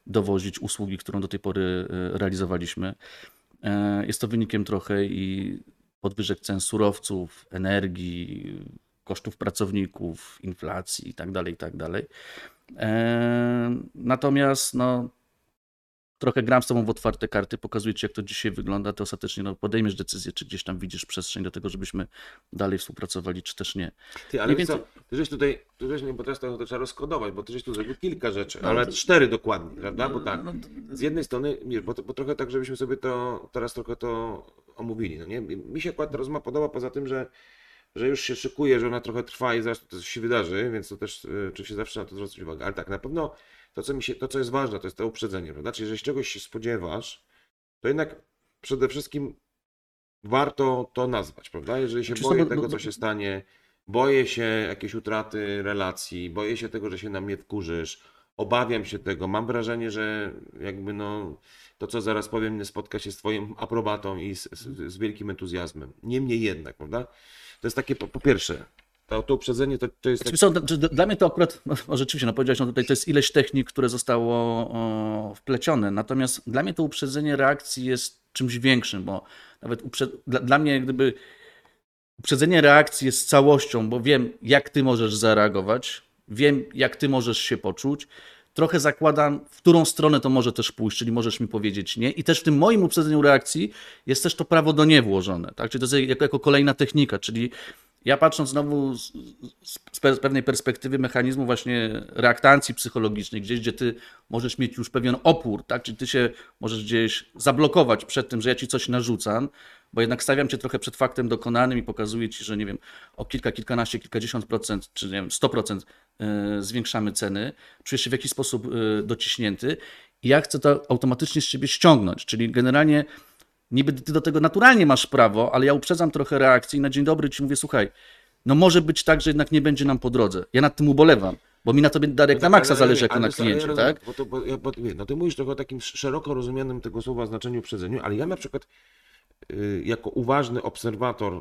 B: dowozić usługi, którą do tej pory realizowaliśmy. Jest to wynikiem trochę i podwyżek cen surowców, energii, kosztów pracowników, inflacji itd., itd. Natomiast no, trochę gram z tobą w otwarte karty, pokazuję ci, jak to dzisiaj wygląda, ty ostatecznie no, podejmiesz decyzję, czy gdzieś tam widzisz przestrzeń do tego, żebyśmy dalej współpracowali, czy też nie.
A: Ty, ale
B: Mniej
A: wiesz
B: więcej-
A: co, ty żeś tutaj, nie, bo teraz to trzeba rozkodować, bo ty żeś tu zrobił kilka rzeczy, ale 4 dokładnie, prawda? Bo tak, z jednej strony, wiesz, bo trochę tak, żebyśmy sobie to, teraz trochę to omówili, no nie? Mi się akurat ta rozmowa podoba, poza tym, że już się szykuje, że ona trochę trwa i zaraz to coś się wydarzy, więc to też oczywiście zawsze na to zwracać uwagę, ale tak, na pewno to, co jest ważne, to jest to uprzedzenie, prawda? Czyli jeżeli czegoś się spodziewasz, to jednak przede wszystkim warto to nazwać, prawda? Jeżeli się
B: Znaczy,
A: boję
B: no bo-
A: tego,
B: no-
A: co się stanie, boję się jakiejś utraty relacji, boję się tego, że się na mnie wkurzysz, obawiam się tego, mam wrażenie, że jakby no to, co zaraz powiem, nie spotka się z twoją aprobatą i z wielkim entuzjazmem. Niemniej jednak, prawda? To jest takie, po pierwsze, to uprzedzenie to jest
B: Znaczy,
A: tak,
B: co, dla mnie to akurat, no, rzeczywiście, no powiedziałeś, no tutaj to jest ileś technik, które zostało wplecione, natomiast dla mnie to uprzedzenie reakcji jest czymś większym, bo nawet dla mnie jak gdyby uprzedzenie reakcji jest całością, bo wiem, jak ty możesz zareagować, wiem, jak ty możesz się poczuć, trochę zakładam, w którą stronę to może też pójść, czyli możesz mi powiedzieć nie. I też w tym moim uprzedzeniu reakcji jest też to prawo do nie włożone. Tak? Czyli to jest jako kolejna technika, czyli ja patrząc znowu z pewnej perspektywy mechanizmu właśnie reaktancji psychologicznej, gdzie ty możesz mieć już pewien opór, tak? Czyli ty się możesz gdzieś zablokować przed tym, że ja ci coś narzucam, bo jednak stawiam cię trochę przed faktem dokonanym i pokazuję ci, że nie wiem, o kilka, kilkanaście, kilkadziesiąt procent, czy nie wiem, 100% zwiększamy ceny, czujesz się w jakiś sposób dociśnięty i ja chcę to automatycznie z ciebie ściągnąć, czyli generalnie niby ty do tego naturalnie masz prawo, ale ja uprzedzam trochę reakcji i na dzień dobry ci mówię, słuchaj, no może być tak, że jednak nie będzie nam po drodze. Ja nad tym ubolewam, bo mi na tobie, Darek, na maksa zależy jako na kliencie, tak?
A: No ty mówisz trochę o takim szeroko rozumianym tego słowa znaczeniu uprzedzeniu, ale ja na przykład jako uważny obserwator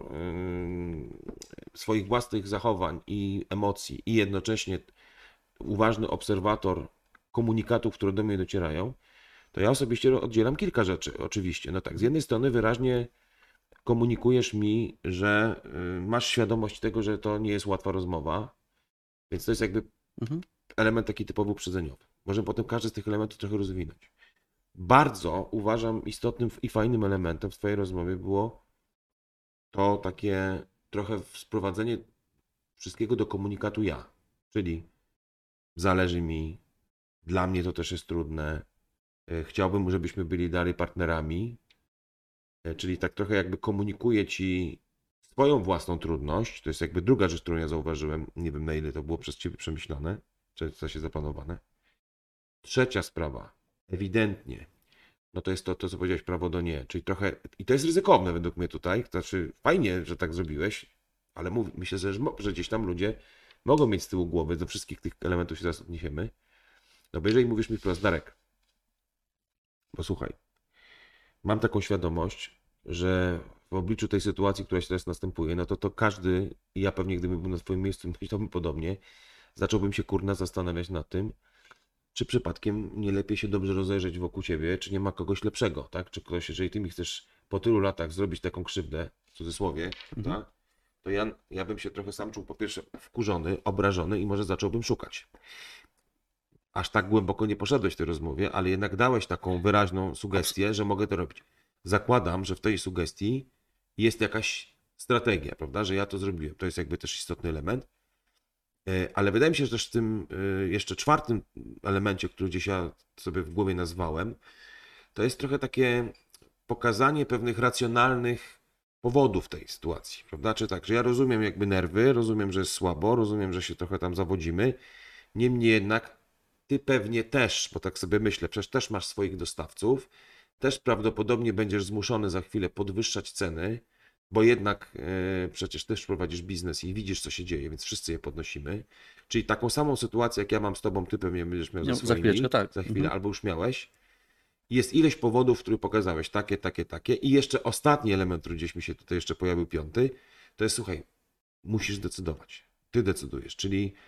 A: swoich własnych zachowań i emocji i jednocześnie uważny obserwator komunikatów, które do mnie docierają, to ja osobiście oddzielam kilka rzeczy, oczywiście. No tak, z jednej strony wyraźnie komunikujesz mi, że masz świadomość tego, że to nie jest łatwa rozmowa, więc to jest jakby
B: Mhm.
A: element taki typowo uprzedzeniowy. Możemy potem każdy z tych elementów trochę rozwinąć. Bardzo uważam istotnym i fajnym elementem w twojej rozmowie było to takie trochę sprowadzenie wszystkiego do komunikatu ja. Czyli zależy mi, dla mnie to też jest trudne, chciałbym, żebyśmy byli dalej partnerami, czyli tak trochę jakby komunikuję ci swoją własną trudność, to jest jakby druga rzecz, którą ja zauważyłem, nie wiem na ile to było przez ciebie przemyślane, czy w sensie zaplanowane. Trzecia sprawa, ewidentnie, no to jest to, co powiedziałeś, prawo do nie, czyli trochę, i to jest ryzykowne według mnie tutaj, to znaczy fajnie, że tak zrobiłeś, ale myślę, że gdzieś tam ludzie mogą mieć z tyłu głowy, do wszystkich tych elementów się zaraz odniesiemy, no bo jeżeli mówisz mi wprost, Darek, posłuchaj, mam taką świadomość, że w obliczu tej sytuacji, która się teraz następuje, no to każdy, i ja pewnie gdybym był na twoim miejscu, myślałbym podobnie, zacząłbym się kurna zastanawiać nad tym, czy przypadkiem nie lepiej się dobrze rozejrzeć wokół ciebie, czy nie ma kogoś lepszego, tak? Czy ktoś, jeżeli ty mi chcesz po tylu latach zrobić taką krzywdę, w cudzysłowie, tak? To ja bym się trochę sam czuł po pierwsze wkurzony, obrażony i może zacząłbym szukać. Aż tak głęboko nie poszedłeś w tej rozmowie, ale jednak dałeś taką wyraźną sugestię, że mogę to robić. Zakładam, że w tej sugestii jest jakaś strategia, prawda, że ja to zrobiłem. To jest jakby też istotny element. Ale wydaje mi się, że też w tym jeszcze czwartym elemencie, który gdzieś ja sobie w głowie nazwałem, to jest trochę takie pokazanie pewnych racjonalnych powodów tej sytuacji, prawda? Czy tak, że ja rozumiem jakby nerwy, rozumiem, że jest słabo, rozumiem, że się trochę tam zawodzimy, niemniej jednak ty pewnie też, bo tak sobie myślę, przecież też masz swoich dostawców, też prawdopodobnie będziesz zmuszony za chwilę podwyższać ceny, bo jednak przecież też prowadzisz biznes i widzisz, co się dzieje, więc wszyscy je podnosimy. Czyli taką samą sytuację, jak ja mam z tobą, ty pewnie będziesz miał ze
B: Za
A: swoimi,
B: chwileczkę, tak.
A: za chwilę, albo już miałeś. Jest ileś powodów, które pokazałeś, takie. I jeszcze ostatni element, który gdzieś mi się tutaj jeszcze pojawił, piąty, to jest słuchaj, musisz decydować. Ty decydujesz, czyli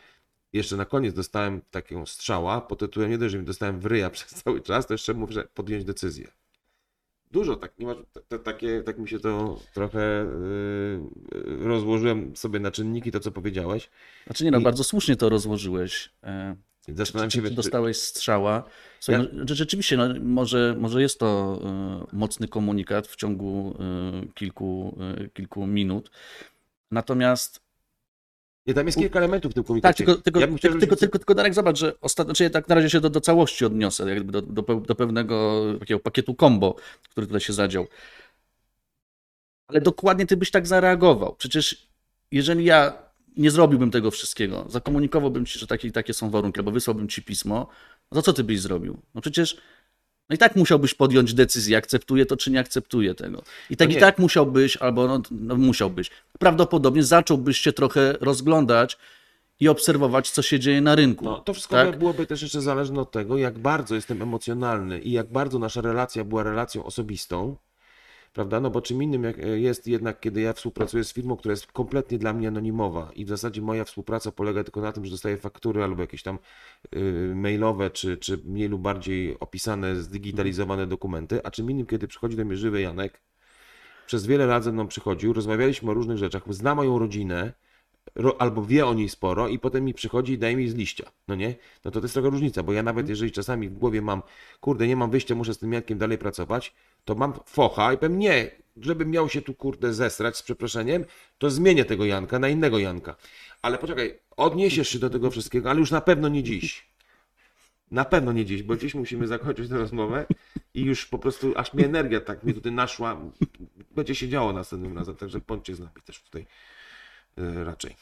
A: jeszcze na koniec dostałem taką strzała pod tytułem, nie dość, że mi dostałem w ryja przez cały czas, to jeszcze muszę podjąć decyzję. Dużo tak, nie ma, tak mi się to trochę rozłożyłem sobie na czynniki, to co powiedziałeś.
B: Znaczy nie no,
A: I
B: bardzo słusznie to rozłożyłeś.
A: zastanawiam się,
B: Czy
A: wiesz,
B: dostałeś strzała? Słuchaj,
A: Ja-
B: no, rzeczywiście, no, może jest to mocny komunikat w ciągu kilku minut. Natomiast
A: nie, tam jest kilka elementów w tym
B: tak,
A: komunikacie. Ja bym chciał, żebyśmy-
B: tylko Darek, zobacz, że znaczy ja tak na razie się do całości odniosę, jakby do pewnego takiego pakietu combo, który tutaj się zadział. Ale dokładnie ty byś tak zareagował. Przecież jeżeli ja nie zrobiłbym tego wszystkiego, zakomunikowałbym ci, że takie i takie są warunki, albo wysłałbym ci pismo, no to co ty byś zrobił? No przecież no i tak musiałbyś podjąć decyzję, akceptuję to, czy nie akceptuję tego. I tak
A: No
B: i
A: nie.
B: tak musiałbyś, albo no musiałbyś. Prawdopodobnie zacząłbyś się trochę rozglądać i obserwować, co się dzieje na rynku.
A: No, to wszystko
B: tak?
A: byłoby też jeszcze zależne od tego, jak bardzo jestem emocjonalny i jak bardzo nasza relacja była relacją osobistą, prawda? No bo czym innym jest jednak, kiedy ja współpracuję z firmą, która jest kompletnie dla mnie anonimowa i w zasadzie moja współpraca polega tylko na tym, że dostaję faktury albo jakieś tam mailowe, czy mniej lub bardziej opisane, zdigitalizowane dokumenty, a czym innym, kiedy przychodzi do mnie żywy Janek, przez wiele lat ze mną przychodził, rozmawialiśmy o różnych rzeczach, zna moją rodzinę, albo wie o niej sporo i potem mi przychodzi i daje mi z liścia, no nie? No to jest trochę różnica, bo ja nawet jeżeli czasami w głowie mam, kurde, nie mam wyjścia, muszę z tym Jankiem dalej pracować, to mam focha i powiem nie, żebym miał się tu kurde zesrać z przeproszeniem, to zmienię tego Janka na innego Janka. Ale poczekaj, odniesiesz się do tego wszystkiego, ale już na pewno nie dziś. Na pewno nie dziś, bo dziś musimy zakończyć tę rozmowę i już po prostu, aż mi energia tak mi tutaj naszła, będzie się działo następnym razem, także bądźcie z nami też tutaj raczej.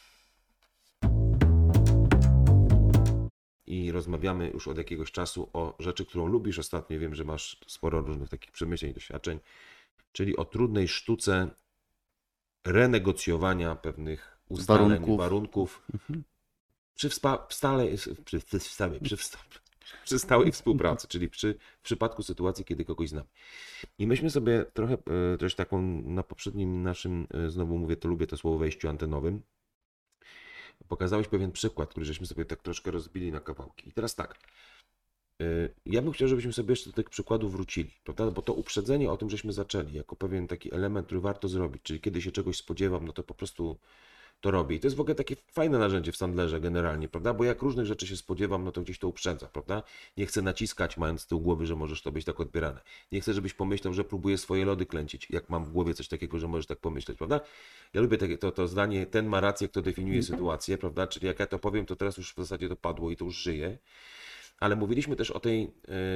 A: I rozmawiamy już od jakiegoś czasu o rzeczy, którą lubisz. Ostatnio wiem, że masz sporo różnych takich przemyśleń, doświadczeń, czyli o trudnej sztuce renegocjowania pewnych ustaleń, warunków przy stałej współpracy, czyli w przypadku sytuacji, kiedy kogoś znam. I myśmy sobie trochę też taką na poprzednim naszym, znowu mówię, to lubię to słowo, wejściu antenowym, pokazałeś pewien przykład, który żeśmy sobie tak troszkę rozbili na kawałki. I teraz tak, ja bym chciał, żebyśmy sobie jeszcze do tych przykładów wrócili, prawda? Bo to uprzedzenie o tym, żeśmy zaczęli, jako pewien taki element, który warto zrobić, czyli kiedy się czegoś spodziewam, no to po prostu to robię. I to jest w ogóle takie fajne narzędzie w Sandlerze generalnie, prawda? Bo jak różnych rzeczy się spodziewam, no to gdzieś to uprzedza, prawda? Nie chcę naciskać, mając z tyłu głowy, że możesz to być tak odbierane. Nie chcę, żebyś pomyślał, że próbuję swoje lody klęcić, jak mam w głowie coś takiego, że możesz tak pomyśleć, prawda? Ja lubię to zdanie, ten ma rację, kto definiuje sytuację, prawda? Czyli jak ja to powiem, to teraz już w zasadzie to padło i to już żyje. Ale mówiliśmy też o tej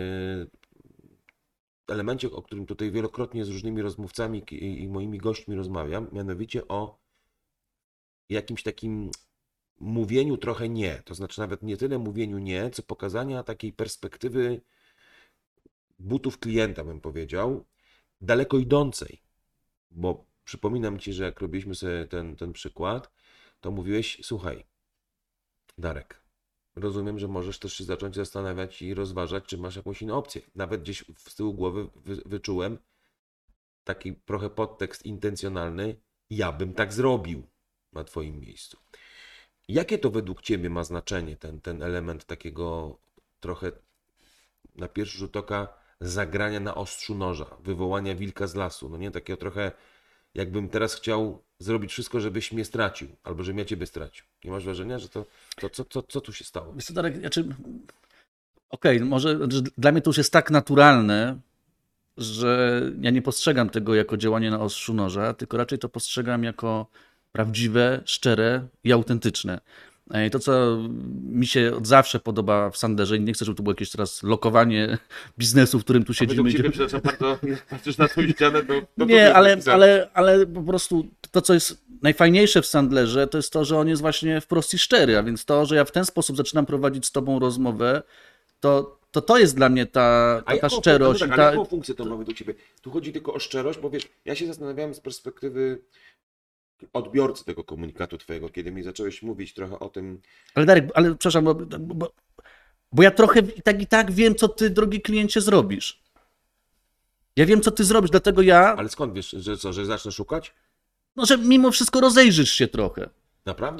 A: elemencie, o którym tutaj wielokrotnie z różnymi rozmówcami i moimi gośćmi rozmawiam, mianowicie o jakimś takim mówieniu trochę nie. To znaczy nawet nie tyle mówieniu nie, co pokazania takiej perspektywy butów klienta, bym powiedział, daleko idącej. Bo przypominam Ci, że jak robiliśmy sobie ten przykład, to mówiłeś, słuchaj, Darek, rozumiem, że możesz też się zacząć zastanawiać i rozważać, czy masz jakąś inną opcję. Nawet gdzieś z tyłu głowy wyczułem taki trochę podtekst intencjonalny, ja bym tak zrobił na Twoim miejscu. Jakie to według Ciebie ma znaczenie, ten element takiego trochę na pierwszy rzut oka zagrania na ostrzu noża, wywołania wilka z lasu, no nie? Takiego trochę jakbym teraz chciał zrobić wszystko, żebyś mnie stracił, albo żebym ja Ciebie stracił. Nie masz wrażenia, że co tu się stało?
B: Wiesz co, Darek, okej, może dla mnie to już jest tak naturalne, że ja nie postrzegam tego jako działanie na ostrzu noża, tylko raczej to postrzegam jako prawdziwe, szczere i autentyczne. I to, co mi się od zawsze podoba w Sandlerze, i nie chcę, żeby to było jakieś teraz lokowanie biznesu, w którym tu siedzimy.
A: Według Ciebie, przepraszam bardzo, jak patrzysz na tą ścianę, to
B: nie, ale po prostu to, co jest najfajniejsze w Sandlerze, to jest to, że on jest właśnie wprost i szczery, a więc to, że ja w ten sposób zaczynam prowadzić z tobą rozmowę, to jest dla mnie ta szczerość.
A: Tak, ale jaką funkcję to ma według Ciebie? Tu chodzi tylko o szczerość, bo wiesz, ja się zastanawiałem z perspektywy odbiorcy tego komunikatu Twojego, kiedy mi zacząłeś mówić trochę o tym.
B: Ale Darek, przepraszam, bo ja trochę i tak wiem, co ty, drogi kliencie, zrobisz. Ja wiem, co ty zrobisz, dlatego ja...
A: Ale skąd wiesz, że zacznę szukać?
B: No, że mimo wszystko rozejrzysz się trochę.
A: Naprawdę?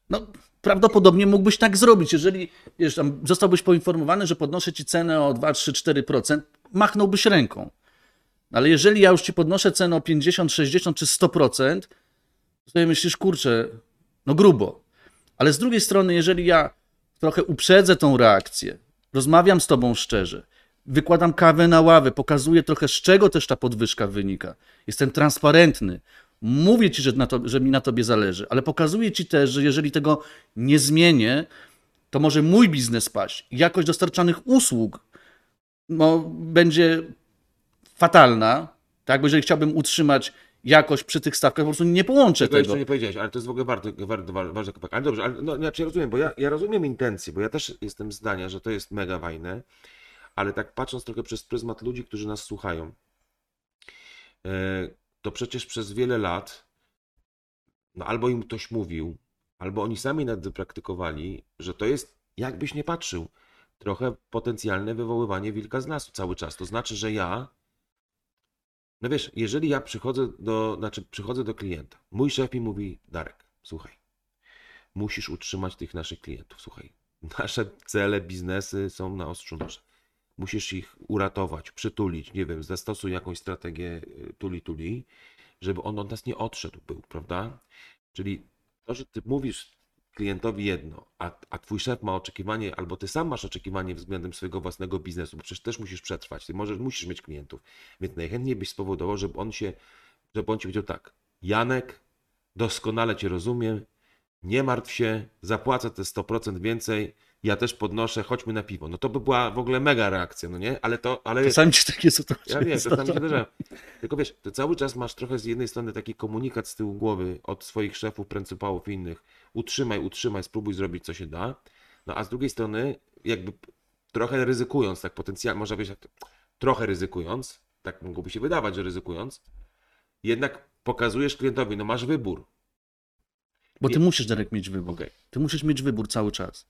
B: No, prawdopodobnie mógłbyś tak zrobić. Jeżeli wiesz, tam zostałbyś poinformowany, że podnoszę ci cenę o 2, 3, 4%, machnąłbyś ręką. Ale jeżeli ja już ci podnoszę cenę o 50, 60 czy 100%, to sobie myślisz, kurczę, no grubo. Ale z drugiej strony, jeżeli ja trochę uprzedzę tą reakcję, rozmawiam z tobą szczerze, wykładam kawę na ławę, pokazuję trochę, z czego też ta podwyżka wynika, jestem transparentny, mówię ci, że mi na tobie zależy, ale pokazuję ci też, że jeżeli tego nie zmienię, to może mój biznes paść. Jakość dostarczanych usług będzie fatalna, tak? Bo jeżeli chciałbym utrzymać jakość przy tych stawkach, po prostu nie połączę
A: Tego
B: tego.
A: jeszcze nie powiedziałeś, ale to jest w ogóle ważny kawałek. Ale dobrze, ale no, znaczy ja rozumiem, bo ja rozumiem intencje, bo ja też jestem zdania, że to jest mega fajne, ale tak patrząc trochę przez pryzmat ludzi, którzy nas słuchają, to przecież przez wiele lat no albo im ktoś mówił, albo oni sami nawet wypraktykowali, że to jest, jakbyś nie patrzył, trochę potencjalne wywoływanie wilka z lasu cały czas. To znaczy, że no wiesz, jeżeli ja przychodzę do klienta, mój szef mi mówi, Darek, słuchaj, musisz utrzymać tych naszych klientów, słuchaj, nasze cele, biznesy są na ostrzu noża. Musisz ich uratować, przytulić, nie wiem, zastosuj jakąś strategię tuli, żeby on od nas nie odszedł był, prawda? Czyli to, że ty mówisz klientowi jedno, a twój szef ma oczekiwanie, albo ty sam masz oczekiwanie względem swojego własnego biznesu, bo przecież też musisz przetrwać, musisz mieć klientów, więc najchętniej byś spowodował, żeby on ci powiedział tak, Janek, doskonale cię rozumiem, nie martw się, zapłacę te 100% więcej, ja też podnoszę, chodźmy na piwo. No to by była w ogóle mega reakcja, no nie? Ale
B: Czasami ci takie sytuacje.
A: ja wiem, czasami się zdarza. Tylko wiesz, ty cały czas masz trochę z jednej strony taki komunikat z tyłu głowy od swoich szefów, pryncypałów i innych. Utrzymaj, spróbuj zrobić co się da. No a z drugiej strony jakby trochę ryzykując, tak potencjalnie, można powiedzieć trochę ryzykując, tak mogłoby się wydawać, że ryzykując, jednak pokazujesz klientowi, no masz wybór.
B: Bo ty musisz, Darek, mieć wybór.
A: Okay.
B: Ty musisz mieć wybór cały czas.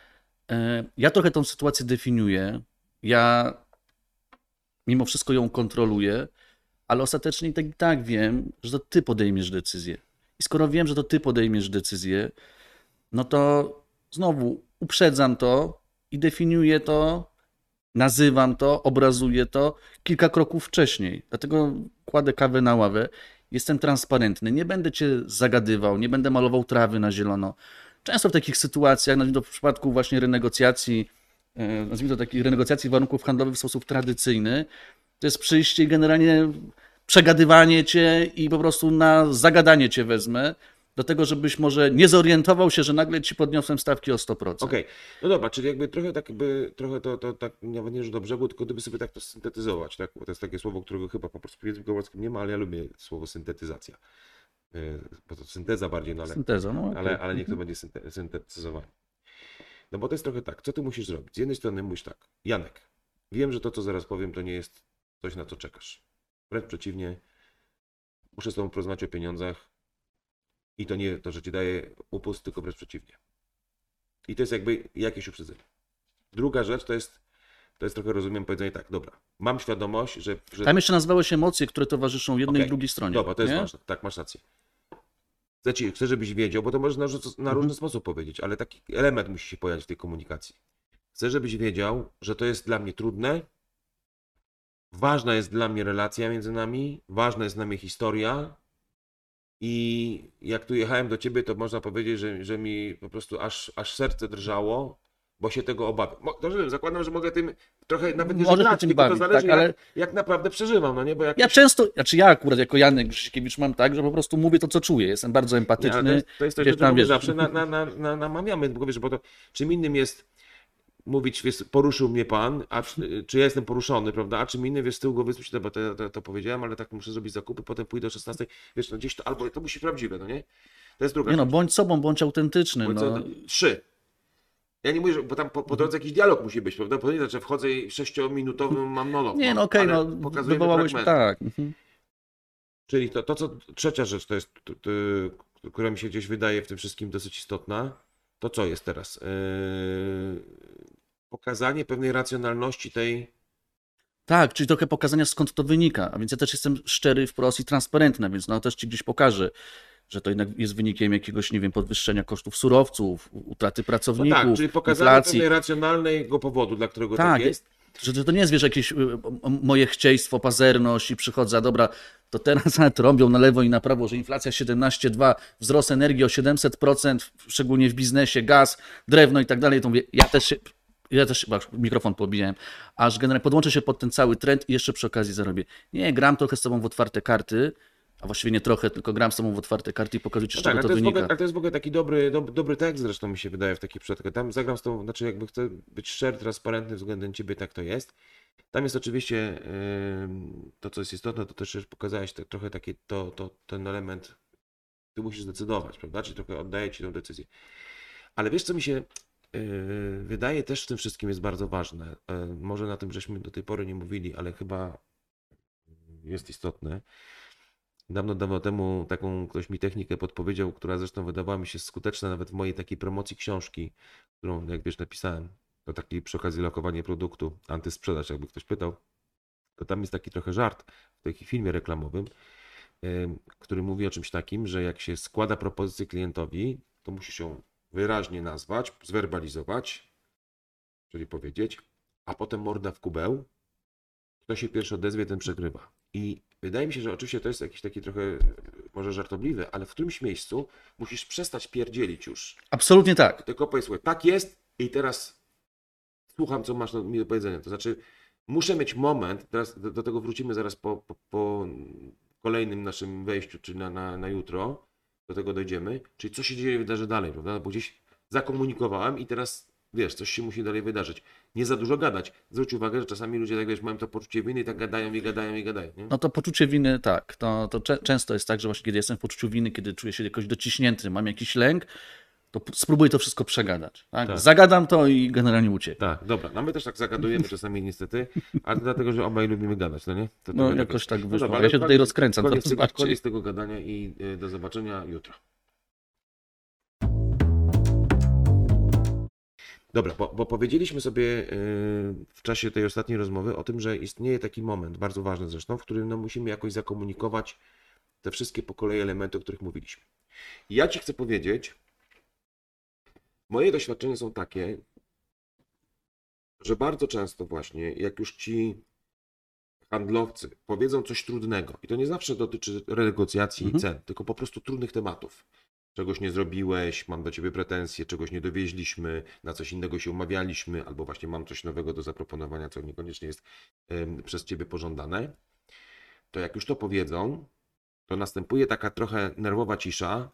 B: Ja trochę tą sytuację definiuję. Ja mimo wszystko ją kontroluję, ale ostatecznie i tak wiem, że to ty podejmiesz decyzję. I skoro wiem, że to ty podejmiesz decyzję, no to znowu uprzedzam to i definiuję to, nazywam to, obrazuję to kilka kroków wcześniej. Dlatego kładę kawę na ławę. Jestem transparentny, nie będę cię zagadywał, nie będę malował trawy na zielono. Często w takich sytuacjach, w przypadku właśnie renegocjacji, nazwijmy to takich renegocjacji warunków handlowych w sposób tradycyjny, to jest przyjście i generalnie przegadywanie cię i po prostu na zagadanie cię wezmę, do tego, żebyś może nie zorientował się, że nagle ci podniosłem stawki o 100%.
A: Okej, no dobra, czyli jakby trochę to tak nawet nie, że do brzegu, tylko gdyby sobie tak to syntetyzować, tak? Bo to jest takie słowo, którego chyba po prostu w języku polskim nie ma, ale ja lubię słowo syntetyzacja. Bo to synteza bardziej, no ale,
B: Synteza, no okay.
A: ale niech to będzie syntetyzowanie. No bo to jest trochę tak, co ty musisz zrobić? Z jednej strony mówisz tak, Janek, wiem, że to, co zaraz powiem, to nie jest coś, na co czekasz. Wręcz przeciwnie, muszę z tobą porozmawiać o pieniądzach i to nie to, że ci daję upust, tylko wręcz przeciwnie. I to jest jakby jakieś uprzedzenie. Druga rzecz to jest trochę, rozumiem, powiedzenie tak, dobra, mam świadomość, że...
B: Tam jeszcze nazwałeś emocje, które towarzyszą jednej i drugiej stronie.
A: Dobra, to jest
B: nie?
A: ważne, tak, masz rację. Chcę, żebyś wiedział, bo to możesz na różny sposób powiedzieć, ale taki element musi się pojawić w tej komunikacji. Chcę, żebyś wiedział, że to jest dla mnie trudne, ważna jest dla mnie relacja między nami, ważna jest dla mnie historia i jak tu jechałem do ciebie, to można powiedzieć, że mi po prostu aż serce drżało, bo się tego obawiam. Dobrze, zakładam, że mogę tym trochę nawet nie żegnać, tylko to zależy tak, ale... jak naprawdę przeżywam, no nie? Bo
B: ja często, ja akurat jako Janek Grzyszkiewicz mam tak, że po prostu mówię to, co czuję, jestem bardzo empatyczny.
A: Nie, to jest coś, co zawsze namawiamy, bo wiesz, bo to czym innym jest mówić, wiesz, poruszył mnie pan, a czy ja jestem poruszony, prawda, a czym innym, wiesz, z tyłu głowy słyszę, bo to powiedziałem, ale tak muszę zrobić zakupy, potem pójdę o 16, wiesz, no gdzieś to, albo to musi prawdziwe, no nie? To jest druga
B: rzecz. No, bądź sobą, bądź autentyczny.
A: Trzy. Ja nie mówię, że bo tam po drodze jakiś dialog musi być, prawda? Po że wchodzę i 6-minutowy mam monolog.
B: Nie, no okej, no wywołałeś, tak.
A: Czyli to, co trzecia rzecz, to jest, która mi się gdzieś wydaje w tym wszystkim dosyć istotna, to co jest teraz? Pokazanie pewnej racjonalności tej...
B: Tak, czyli trochę pokazania, skąd to wynika, a więc ja też jestem szczery, wprost i transparentny, więc no też ci gdzieś pokażę. że to jednak jest wynikiem jakiegoś, nie wiem, podwyższenia kosztów surowców, utraty
A: No
B: pracowników,
A: tak, czyli pokazanie
B: inflacji.
A: pewnej racjonalnego powodu, dla którego tak jest.
B: Że to nie jest, wiesz, jakieś moje chcieństwo, pazerność i przychodzę, dobra, to teraz nawet robią na lewo i na prawo, że inflacja 17,2, wzrost energii o 700%, szczególnie w biznesie, gaz, drewno i tak dalej, to mówię, ja też mikrofon pobijałem, aż generalnie podłączę się pod ten cały trend i jeszcze przy okazji zarobię. Nie, gram trochę z tobą w otwarte karty, a właściwie nie trochę, tylko gram z tobą w otwarte karty i pokażę ci, z czego to wynika.
A: Ale to jest w ogóle taki dobry tekst, zresztą mi się wydaje w takich przypadkach. Tam zagram z tą, znaczy jakby chcę być szczery, transparentny względem ciebie, tak to jest. Tam jest oczywiście to, co jest istotne, to też pokazałeś trochę taki, ten element, ty musisz zdecydować, prawda? Czyli trochę oddaję ci tę decyzję. Ale wiesz, co mi się wydaje też w tym wszystkim jest bardzo ważne. Może na tym żeśmy do tej pory nie mówili, ale chyba jest istotne. Dawno temu taką ktoś mi technikę podpowiedział, która zresztą wydawała mi się skuteczna nawet w mojej takiej promocji książki, którą, jak wiesz, napisałem. To taki przy okazji lokowania produktu, antysprzedaż, jakby ktoś pytał. To tam jest taki trochę żart w takim filmie reklamowym, który mówi o czymś takim, że jak się składa propozycję klientowi, to musisz ją wyraźnie nazwać, zwerbalizować, czyli powiedzieć, a potem morda w kubeł. Kto się pierwszy odezwie, ten przegrywa. I wydaje mi się, że oczywiście to jest jakiś taki trochę może żartobliwy, ale w którymś miejscu musisz przestać pierdzielić już.
B: Absolutnie tak.
A: Tylko powiedz sobie, tak jest i teraz słucham, co masz mi do powiedzenia. To znaczy, muszę mieć moment, teraz do tego wrócimy zaraz po kolejnym naszym wejściu, czyli na jutro, do tego dojdziemy, czyli co się dzieje, wydarzy dalej, prawda? Bo gdzieś zakomunikowałem i teraz, wiesz, coś się musi dalej wydarzyć. Nie za dużo gadać. Zwróć uwagę, że czasami ludzie, tak wiesz, mają to poczucie winy i tak gadają i gadają i gadają. Nie?
B: No to poczucie winy, tak. Często jest tak, że właśnie kiedy jestem w poczuciu winy, kiedy czuję się jakoś dociśnięty, mam jakiś lęk, to spróbuję to wszystko przegadać. Tak?
A: Tak.
B: Zagadam to i generalnie uciekam.
A: Tak, dobra. No my też tak zagadujemy czasami niestety, ale to dlatego, że obaj lubimy gadać, no nie? To
B: No jakoś tak wyszło.
A: dobra,
B: Ja się tutaj rozkręcam.
A: Koniec tego gadania i do zobaczenia jutro. Dobra, bo powiedzieliśmy sobie w czasie tej ostatniej rozmowy o tym, że istnieje taki moment, bardzo ważny zresztą, w którym no, musimy jakoś zakomunikować te wszystkie po kolei elementy, o których mówiliśmy. I ja Ci chcę powiedzieć, moje doświadczenia są takie, że bardzo często właśnie, jak już Ci handlowcy powiedzą coś trudnego, i to nie zawsze dotyczy renegocjacji cen, tylko po prostu trudnych tematów. Czegoś nie zrobiłeś, mam do Ciebie pretensje, czegoś nie dowieźliśmy, na coś innego się umawialiśmy, albo właśnie mam coś nowego do zaproponowania, co niekoniecznie jest przez Ciebie pożądane, to jak już to powiedzą, to następuje taka trochę nerwowa cisza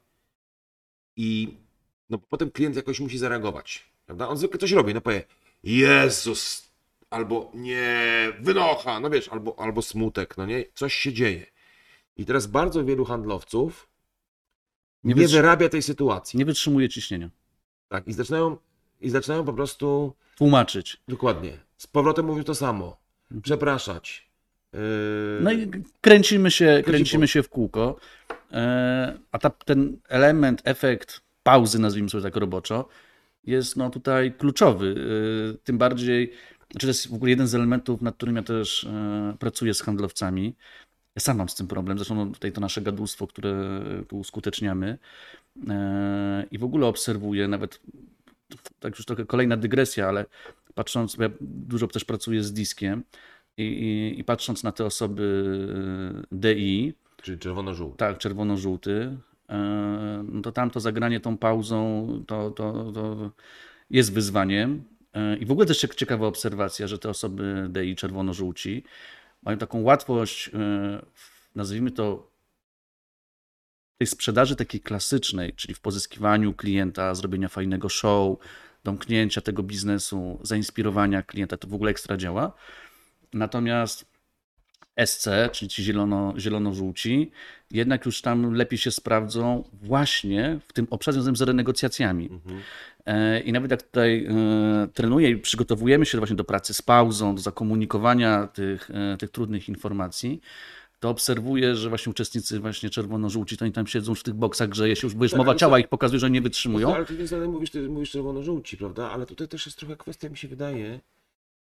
A: i no potem klient jakoś musi zareagować, prawda? On zwykle coś robi, no powie, Jezus, albo nie, wynocha, no wiesz, albo smutek, no nie, coś się dzieje. I teraz bardzo wielu handlowców nie wyrabia tej sytuacji.
B: Nie wytrzymuje ciśnienia.
A: Tak, i zaczynają po prostu
B: tłumaczyć.
A: Dokładnie. Z powrotem mówią to samo. Przepraszać.
B: No i kręcimy się w kółko. A ten element, efekt pauzy, nazwijmy sobie tak roboczo, jest no tutaj kluczowy. Tym bardziej, znaczy to jest w ogóle jeden z elementów, nad którym ja też pracuję z handlowcami. Ja sam mam z tym problem, zresztą tutaj to nasze gadulstwo, które tu uskuteczniamy i w ogóle obserwuję, nawet tak już trochę kolejna dygresja, ale patrząc, bo ja dużo też pracuję z diskiem i patrząc na te osoby DI,
A: czyli czerwono-żółty.
B: Tak, czerwono-żółty, no to tam to zagranie tą pauzą to jest wyzwaniem. I w ogóle też ciekawa obserwacja, że te osoby DI czerwono-żółci mają taką łatwość, nazwijmy to, tej sprzedaży takiej klasycznej, czyli w pozyskiwaniu klienta, zrobienia fajnego show, domknięcia tego biznesu, zainspirowania klienta, to w ogóle ekstra działa. Natomiast SC, czyli ci zielono-żółci, jednak już tam lepiej się sprawdzą właśnie w tym obszarze związanym z renegocjacjami. I nawet jak tutaj trenuję i przygotowujemy się właśnie do pracy z pauzą, do zakomunikowania tych trudnych informacji, to obserwuję, że właśnie uczestnicy właśnie czerwono-żółci, to oni tam siedzą w tych boksach, grzeje się, już bo mowa ciała ich pokazuje, że nie wytrzymują.
A: Ale ty mówisz czerwono-żółci, prawda? Ale tutaj też jest trochę kwestia, mi się wydaje,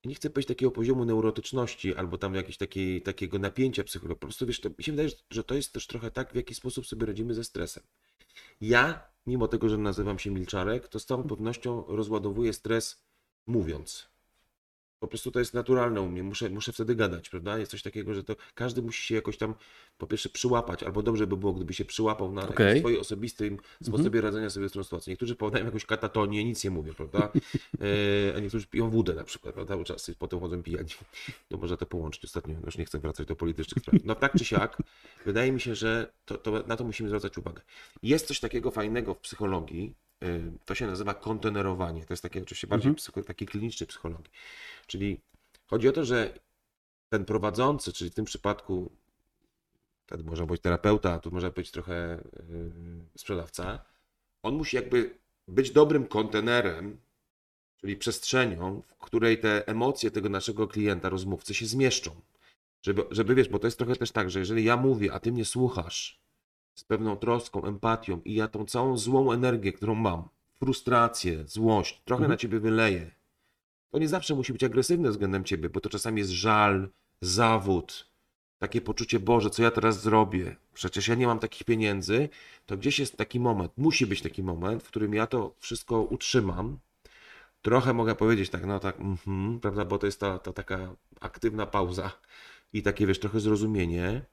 A: nie chcę powiedzieć takiego poziomu neurotyczności albo tam jakiegoś takiego napięcia psychologicznego. Po prostu wiesz, to, mi się wydaje, że to jest też trochę tak, w jaki sposób sobie radzimy ze stresem. Ja, mimo tego, że nazywam się Milczarek, to z całą pewnością rozładowuję stres mówiąc. Po prostu to jest naturalne u mnie, muszę wtedy gadać, prawda? Jest coś takiego, że to każdy musi się jakoś tam po pierwsze przyłapać, albo dobrze by było, gdyby się przyłapał na jakimś swoim osobistym sposobie radzenia sobie z tą sytuacją. Niektórzy powodują jakąś katatonię, nic nie mówią, prawda? A niektórzy piją wódę na przykład, prawda? Cały czas potem chodzą pijani. To można to połączyć ostatnio, już nie chcę wracać do politycznych spraw. No tak czy siak, wydaje mi się, że na to musimy zwracać uwagę. Jest coś takiego fajnego w psychologii, to się nazywa kontenerowanie. To jest takie oczywiście bardziej takiej klinicznej psychologii. Czyli chodzi o to, że ten prowadzący, czyli w tym przypadku wtedy może być terapeuta, a tu może być trochę sprzedawca, on musi jakby być dobrym kontenerem, czyli przestrzenią, w której te emocje tego naszego klienta, rozmówcy się zmieszczą. Żeby wiesz, bo to jest trochę też tak, że jeżeli ja mówię, a ty mnie słuchasz z pewną troską, empatią i ja tą całą złą energię, którą mam, frustrację, złość, trochę na ciebie wyleję, to nie zawsze musi być agresywne względem ciebie, bo to czasami jest żal, zawód, takie poczucie, Boże, co ja teraz zrobię? Przecież ja nie mam takich pieniędzy. To gdzieś jest taki moment, musi być taki moment, w którym ja to wszystko utrzymam. Trochę mogę powiedzieć tak, no tak, prawda, bo to jest ta taka aktywna pauza i takie, wiesz, trochę zrozumienie.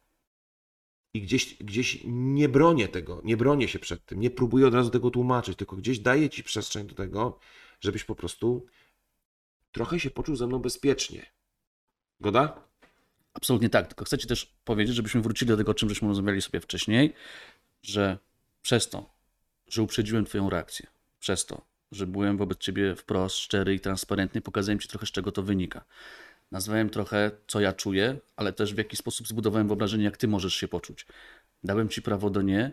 A: I gdzieś nie bronię tego, nie bronię się przed tym, nie próbuję od razu tego tłumaczyć, tylko gdzieś daję ci przestrzeń do tego, żebyś po prostu trochę się poczuł ze mną bezpiecznie. Zgoda?
B: Absolutnie tak, tylko chcę ci też powiedzieć, żebyśmy wrócili do tego, o czym żeśmy rozmawiali sobie wcześniej, że przez to, że uprzedziłem twoją reakcję, przez to, że byłem wobec ciebie wprost, szczery i transparentny, pokazałem ci trochę, z czego to wynika. Nazwałem trochę, co ja czuję, ale też w jaki sposób zbudowałem wyobrażenie, jak ty możesz się poczuć. Dałem ci prawo do nie.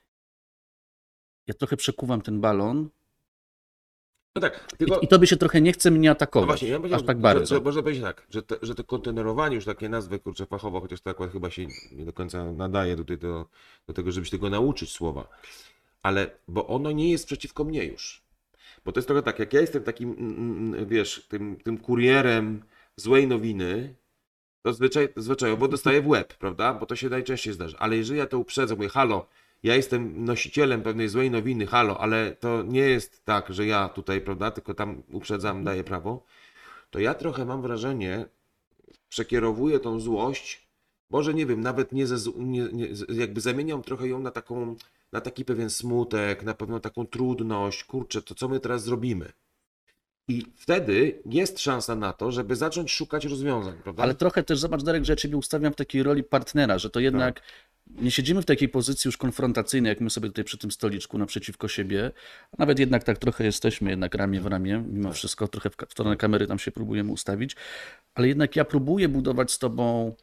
B: Ja trochę przekuwam ten balon.
A: No tak, tylko...
B: I tobie się trochę nie chce mnie atakować.
A: No właśnie, ja
B: aż tak bardzo.
A: Że można powiedzieć tak, że to kontenerowanie, już takie nazwy, kurczę, fachowo, chociaż to akurat chyba się nie do końca nadaje tutaj do tego, żeby się tego nauczyć słowa. Ale, bo ono nie jest przeciwko mnie już. Bo to jest trochę tak, jak ja jestem takim, wiesz, tym kurierem złej nowiny, to zwyczajowo dostaję w łeb, prawda? Bo to się najczęściej zdarza. Ale jeżeli ja to uprzedzę, mówię, halo, ja jestem nosicielem pewnej złej nowiny, halo, ale to nie jest tak, że ja tutaj, prawda, tylko tam uprzedzam, daję prawo, to ja trochę mam wrażenie, przekierowuję tą złość, może nie wiem, nawet jakby zamieniam trochę ją na taki pewien smutek, na pewną taką trudność, kurczę, to co my teraz zrobimy? I wtedy jest szansa na to, żeby zacząć szukać rozwiązań, prawda?
B: Ale trochę też, zobacz Darek, że ja ciebie ustawiam w takiej roli partnera, że to jednak nie siedzimy w takiej pozycji już konfrontacyjnej, jak my sobie tutaj przy tym stoliczku naprzeciwko siebie, a nawet jednak tak trochę jesteśmy, jednak ramię w ramię, mimo wszystko, trochę w stronę kamery tam się próbujemy ustawić, ale jednak ja próbuję budować z tobą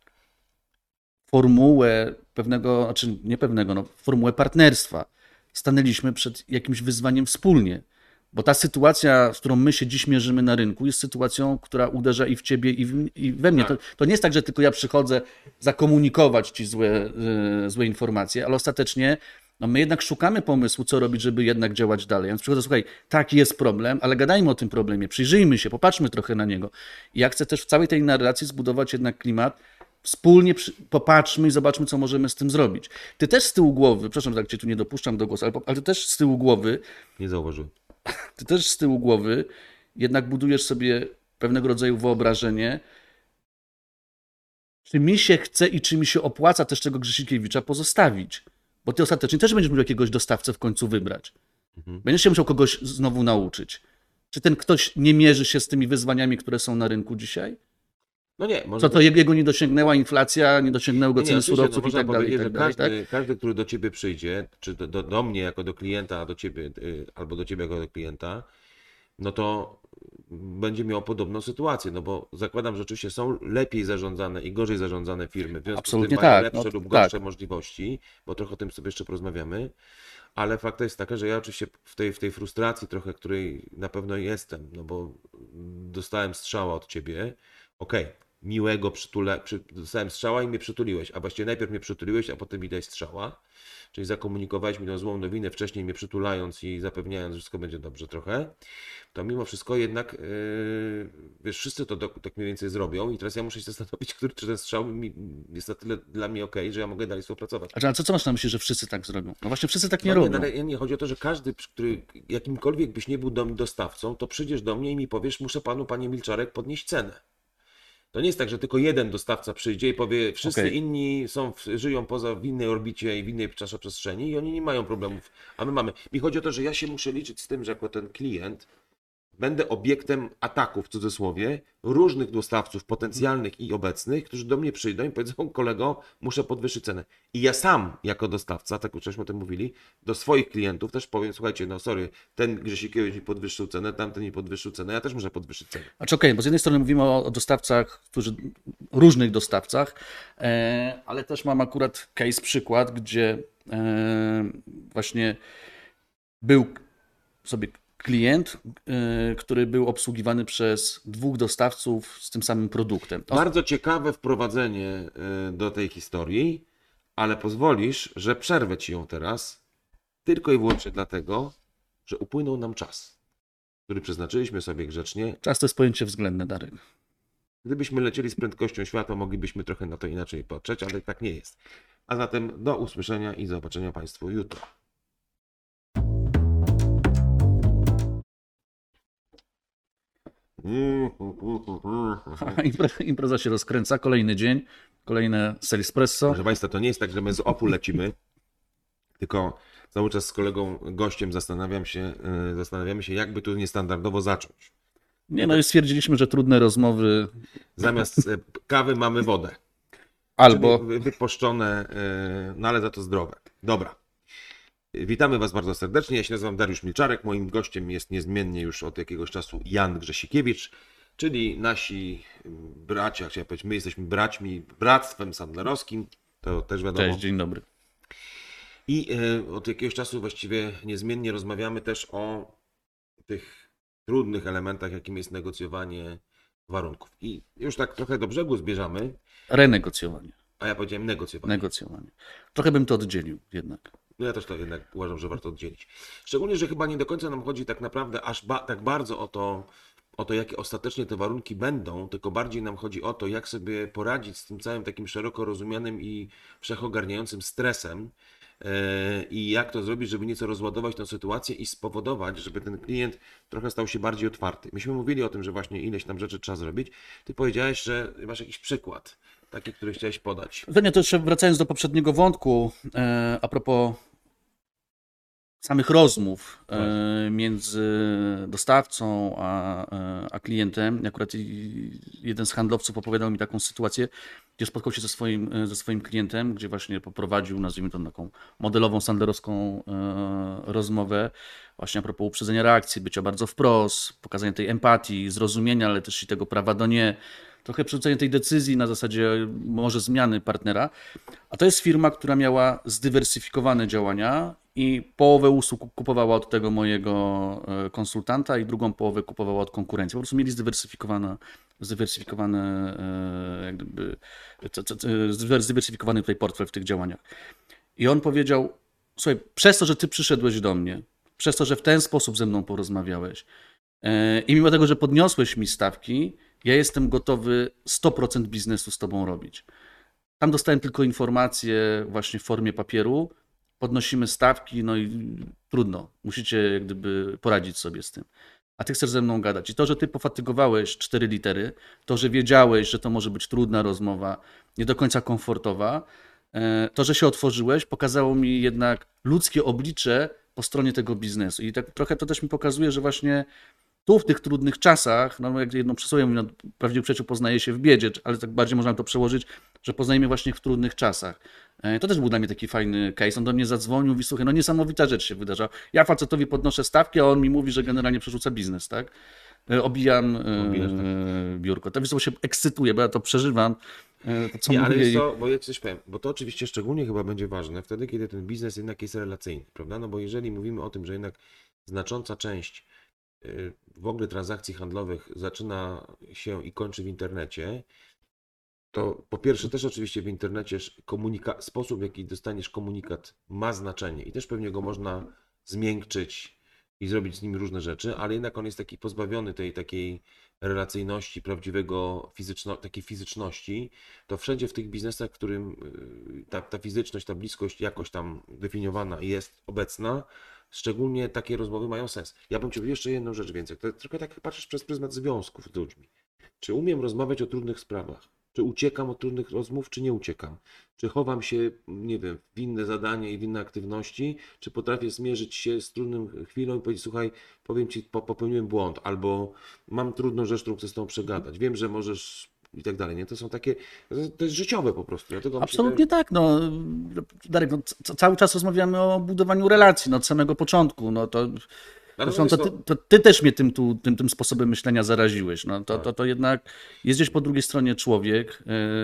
B: formułę pewnego, znaczy nie pewnego, no, formułę partnerstwa. Stanęliśmy przed jakimś wyzwaniem wspólnie. Bo ta sytuacja, z którą my się dziś mierzymy na rynku, jest sytuacją, która uderza i w ciebie, i we mnie. To nie jest tak, że tylko ja przychodzę zakomunikować ci złe informacje, ale ostatecznie no my jednak szukamy pomysłu, co robić, żeby jednak działać dalej. Ja więc przychodzę, słuchaj, tak, jest problem, ale gadajmy o tym problemie, przyjrzyjmy się, popatrzmy trochę na niego. I ja chcę też w całej tej narracji zbudować jednak klimat, wspólnie popatrzmy i zobaczmy, co możemy z tym zrobić. Ty też z tyłu głowy, przepraszam, tak cię tu nie dopuszczam do głosu, ale ty też z tyłu głowy...
A: Nie zauważyłem.
B: Ty też z tyłu głowy jednak budujesz sobie pewnego rodzaju wyobrażenie, czy mi się chce i czy mi się opłaca też tego Grzesikiewicza pozostawić. Bo ty ostatecznie też będziesz musiał jakiegoś dostawcę w końcu wybrać. Będziesz się musiał kogoś znowu nauczyć. Czy ten ktoś nie mierzy się z tymi wyzwaniami, które są na rynku dzisiaj?
A: No nie,
B: Co to jego nie dosięgnęła inflacja, nie dosięgnęły go ceny surowców i tak dalej.
A: Każdy, który do ciebie przyjdzie, czy do mnie jako do klienta, a do ciebie, albo do ciebie jako do klienta, no to będzie miał podobną sytuację, no bo zakładam, że oczywiście są lepiej zarządzane i gorzej zarządzane firmy, w związku z tym mają lepsze lub gorsze możliwości, bo trochę o tym sobie jeszcze porozmawiamy, ale fakt jest taka, że ja oczywiście w tej frustracji trochę, której na pewno jestem, no bo dostałem strzała od ciebie, okej, miłego dostałem strzała i mnie przytuliłeś, a właściwie najpierw mnie przytuliłeś, a potem mi dałeś strzała, czyli zakomunikowałeś mi tą złą nowinę wcześniej mnie przytulając i zapewniając, że wszystko będzie dobrze trochę, to mimo wszystko jednak, wiesz, wszyscy to tak mniej więcej zrobią i teraz ja muszę się zastanowić, czy ten strzał jest na tyle dla mnie okej, że ja mogę dalej współpracować.
B: A co masz na myśli, że wszyscy tak zrobią? No właśnie wszyscy tak nie
A: No
B: robią.
A: nie, chodzi o to, że każdy, który jakimkolwiek byś nie był dostawcą, to przyjdziesz do mnie i mi powiesz, muszę panu, panie Milczarek, podnieść cenę. To nie jest tak, że tylko jeden dostawca przyjdzie i powie, wszyscy
B: Okej.
A: inni żyją w innej orbicie i w innej czasoprzestrzeni i oni nie mają problemów, a my mamy. Mi chodzi o to, że ja się muszę liczyć z tym, że jako ten klient będę obiektem ataków, w cudzysłowie, różnych dostawców potencjalnych i obecnych, którzy do mnie przyjdą i powiedzą, kolego, muszę podwyższyć cenę. I ja sam, jako dostawca, tak już żeśmy o tym mówili, do swoich klientów też powiem, słuchajcie, no sorry, ten Grzesikiewicz mi podwyższył cenę, tamten mi podwyższył cenę, ja też muszę podwyższyć cenę.
B: Znaczy okej, bo z jednej strony mówimy o dostawcach, różnych dostawcach, ale też mam akurat case, przykład, gdzie właśnie był sobie klient, który był obsługiwany przez dwóch dostawców z tym samym produktem.
A: Bardzo ciekawe wprowadzenie do tej historii, ale pozwolisz, że przerwę ci ją teraz, tylko i wyłącznie dlatego, że upłynął nam czas, który przeznaczyliśmy sobie grzecznie.
B: Czas to jest pojęcie względne, Darek.
A: Gdybyśmy lecieli z prędkością światła, moglibyśmy trochę na to inaczej patrzeć, ale tak nie jest. A zatem do usłyszenia i zobaczenia Państwu jutro.
B: Impreza się rozkręca, kolejny dzień, kolejne Salespresso.
A: Proszę Państwa, to nie jest tak, że my z OPU lecimy, tylko cały czas z kolegą gościem zastanawiamy się, jakby tu niestandardowo zacząć.
B: Nie, no i stwierdziliśmy, że trudne rozmowy.
A: Zamiast kawy mamy wodę.
B: Albo.
A: Czyli wyposzczone, no ale za to zdrowe. Dobra. Witamy Was bardzo serdecznie. Ja się nazywam Dariusz Milczarek. Moim gościem jest niezmiennie już od jakiegoś czasu Jan Grzesikiewicz, czyli nasi bracia, chciałem powiedzieć, my jesteśmy bractwem sandlerowskim, to też wiadomo.
B: Cześć, dzień dobry.
A: I od jakiegoś czasu właściwie niezmiennie rozmawiamy też o tych trudnych elementach, jakim jest negocjowanie warunków. I już tak trochę do brzegu zbierzamy.
B: Renegocjowanie.
A: A ja powiedziałem negocjowanie.
B: Negocjowanie. Trochę bym to oddzielił jednak.
A: No ja też to jednak uważam, że warto oddzielić. Szczególnie, że chyba nie do końca nam chodzi tak naprawdę tak bardzo o to, jakie ostatecznie te warunki będą, tylko bardziej nam chodzi o to, jak sobie poradzić z tym całym takim szeroko rozumianym i wszechogarniającym stresem i jak to zrobić, żeby nieco rozładować tę sytuację i spowodować, żeby ten klient trochę stał się bardziej otwarty. Myśmy mówili o tym, że właśnie ileś tam rzeczy trzeba zrobić. Ty powiedziałeś, że masz jakiś przykład, taki, który chciałeś podać.
B: Pewnie to jeszcze wracając do poprzedniego wątku, a propos samych rozmów między dostawcą a klientem. Akurat jeden z handlowców opowiadał mi taką sytuację, gdzie spotkał się ze swoim klientem, gdzie właśnie poprowadził, nazwijmy to taką modelową, sandlerowską rozmowę, właśnie a propos uprzedzenia reakcji, bycia bardzo wprost, pokazania tej empatii, zrozumienia, ale też i tego prawa do nie, trochę przerzucenie tej decyzji na zasadzie może zmiany partnera. A to jest firma, która miała zdywersyfikowane działania i połowę usług kupowała od tego mojego konsultanta i drugą połowę kupowała od konkurencji. Po prostu mieli zdywersyfikowany tutaj portfel w tych działaniach. I on powiedział, słuchaj, przez to, że ty przyszedłeś do mnie, przez to, że w ten sposób ze mną porozmawiałeś i mimo tego, że podniosłeś mi stawki, ja jestem gotowy 100% biznesu z tobą robić. Tam dostałem tylko informacje właśnie w formie papieru, podnosimy stawki, no i trudno, musicie jak gdyby poradzić sobie z tym. A ty chcesz ze mną gadać. I to, że ty pofatygowałeś 4 litery, to, że wiedziałeś, że to może być trudna rozmowa, nie do końca komfortowa, to, że się otworzyłeś, pokazało mi jednak ludzkie oblicze po stronie tego biznesu. I tak trochę to też mi pokazuje, że właśnie tu w tych trudnych czasach, no jak jedno przysłowie mówi, no, prawdziwy przyjaciół poznaje się w biedzie, ale tak bardziej można to przełożyć, że poznajemy właśnie w trudnych czasach. To też był dla mnie taki fajny case. On do mnie zadzwonił, mówi, słuchaj, no niesamowita rzecz się wydarza. Ja facetowi podnoszę stawki, a on mi mówi, że generalnie przerzuca biznes, tak? Obijam biurko. To wiesz, się ekscytuje, bo ja to przeżywam. To, co
A: nie,
B: mówię
A: ale jest to, bo ja coś powiem, bo to oczywiście szczególnie chyba będzie ważne wtedy, kiedy ten biznes jednak jest relacyjny, prawda? No bo jeżeli mówimy o tym, że jednak znacząca część w ogóle transakcji handlowych zaczyna się i kończy w internecie To po pierwsze też oczywiście w internecie sposób, w jaki dostaniesz komunikat ma znaczenie i też pewnie go można zmiękczyć i zrobić z nim różne rzeczy, ale jednak on jest taki pozbawiony tej takiej relacyjności, takiej fizyczności, to wszędzie w tych biznesach, w którym ta fizyczność, ta bliskość jakoś tam definiowana jest obecna, szczególnie takie rozmowy mają sens. Ja bym Ci powiedział jeszcze jedną rzecz więcej. To trochę tak patrzysz przez pryzmat związków z ludźmi. Czy umiem rozmawiać o trudnych sprawach? Czy uciekam od trudnych rozmów, czy nie uciekam? Czy chowam się, nie wiem, w inne zadanie i w inne aktywności? Czy potrafię zmierzyć się z trudną chwilą i powiedzieć, słuchaj, powiem Ci, popełniłem błąd, albo mam trudną rzecz, którą chcę z Tobą przegadać. Wiem, że możesz i tak dalej, nie? To są takie, to jest życiowe po prostu. Dlatego myślę, że...
B: Absolutnie tak. No, Darek, no, cały czas rozmawiamy o budowaniu relacji no, od samego początku. No, ty też mnie tym sposobem myślenia zaraziłeś. No, to jednak jest gdzieś po drugiej stronie człowiek.